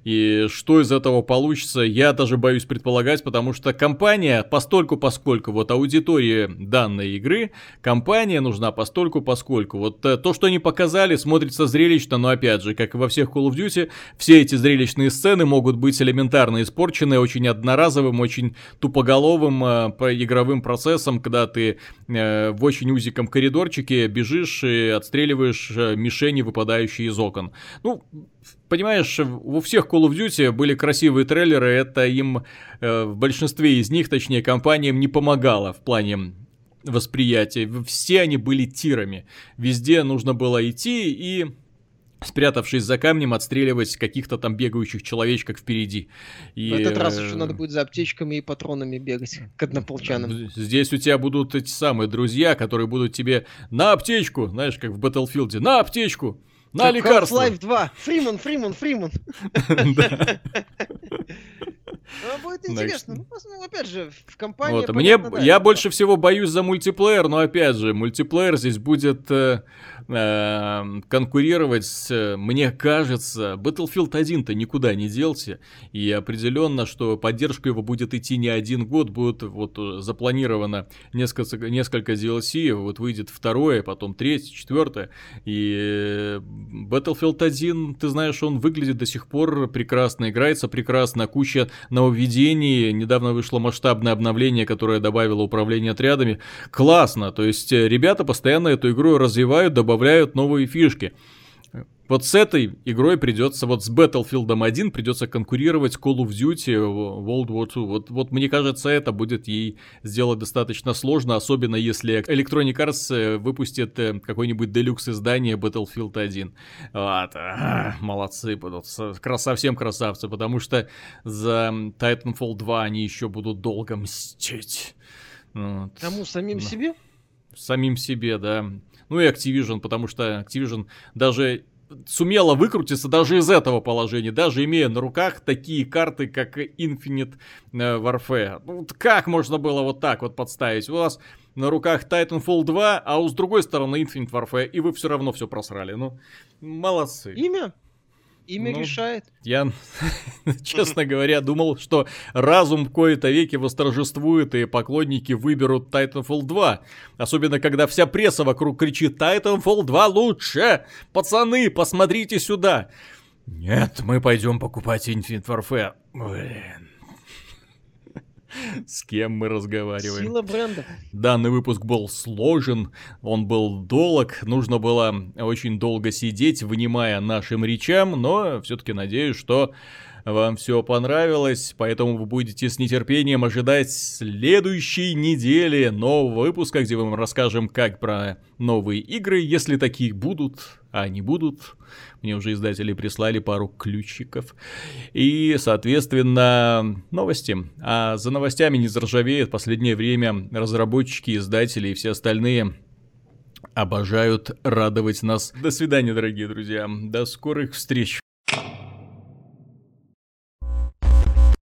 И что из этого получится, я даже боюсь предполагать, потому что компания, постольку-поскольку вот аудитория данной игры, компания нужна нужна постольку-поскольку. Вот то, что они показали, смотрится зрелищно, но опять же, как и во всех Call of Duty, все эти зрелищные сцены могут быть элементарно испорчены очень одноразовым, очень тупоголовым э, по игровым процессом, когда ты э, в очень узком коридорчике бежишь и отстреливаешь э, мишени, выпадающие из окон. Ну, понимаешь, у всех Call of Duty были красивые трейлеры, это им, э, в большинстве из них, точнее, компаниям не помогало в плане восприятия. Все они были тирами. Везде нужно было идти и, спрятавшись за камнем, отстреливать каких-то там бегающих человечков впереди. И,
в этот раз еще надо будет за аптечками и патронами бегать к однополчанам.
Здесь у тебя будут эти самые друзья, которые будут тебе на аптечку, знаешь, как в Battlefield, на аптечку, на лекарство.
Half-Life два. Фриман, Фриман, Фриман. Ну, будет
Так
интересно.
что-
Ну, пос- ну, опять же, в компании...
Вот, мне,
понятно, да,
я
это
больше всего боюсь за мультиплеер, но опять же, мультиплеер здесь будет э, э, конкурировать с, э, мне кажется, Battlefield один-то никуда не делся, и определенно, что поддержка его будет идти не один год, будет вот э, запланировано несколько, несколько ди эл си, вот выйдет второе, потом третье, четвертое, и э, Battlefield один, ты знаешь, он выглядит до сих пор прекрасно, играется прекрасно, куча нововведений, недавно вышло масштабное обновление, которое добавило управление отрядами. Классно, то есть э, ребята постоянно эту игру развивают, добавляют новые фишки. Вот с этой игрой придется, вот с Battlefield один придется конкурировать Call of Duty, World War два. Вот, вот мне кажется, это будет ей сделать достаточно сложно, особенно если Electronic Arts выпустит э, какое-нибудь делюкс издание Battlefield один. Вот. А, молодцы будут, совсем красавцы, потому что за Titanfall два они еще будут долго мстить. Вот.
Кому, самим
Да.
себе?
Самим себе, да. Ну и Activision, потому что Activision даже сумела выкрутиться даже из этого положения, даже имея на руках такие карты, как Infinite Warfare. Ну, вот как можно было вот так вот подставить? У вас на руках Titanfall два, а у с другой стороны Infinite Warfare, и вы все равно все просрали. Ну, молодцы.
Имя? Имя
Ну,
решает.
Я, честно говоря, думал, что разум в кои-то веки восторжествует, и поклонники выберут Titanfall два. Особенно, когда вся пресса вокруг кричит «Titanfall два лучше! Пацаны, посмотрите сюда!» Нет, мы пойдем покупать Infinite Warfare. Блин. С кем мы разговариваем?
Сила бренда.
Данный выпуск был сложен, он был долг, нужно было очень долго сидеть, внимая нашим речам, но все-таки надеюсь, что вам все понравилось, поэтому вы будете с нетерпением ожидать следующей недели нового выпуска, где мы вам расскажем, как про новые игры, если такие будут, а они будут. Мне уже издатели прислали пару ключиков. И, соответственно, новости. А за новостями не заржавеет. В последнее время разработчики, издатели и все остальные обожают радовать нас. До свидания, дорогие друзья. До скорых встреч.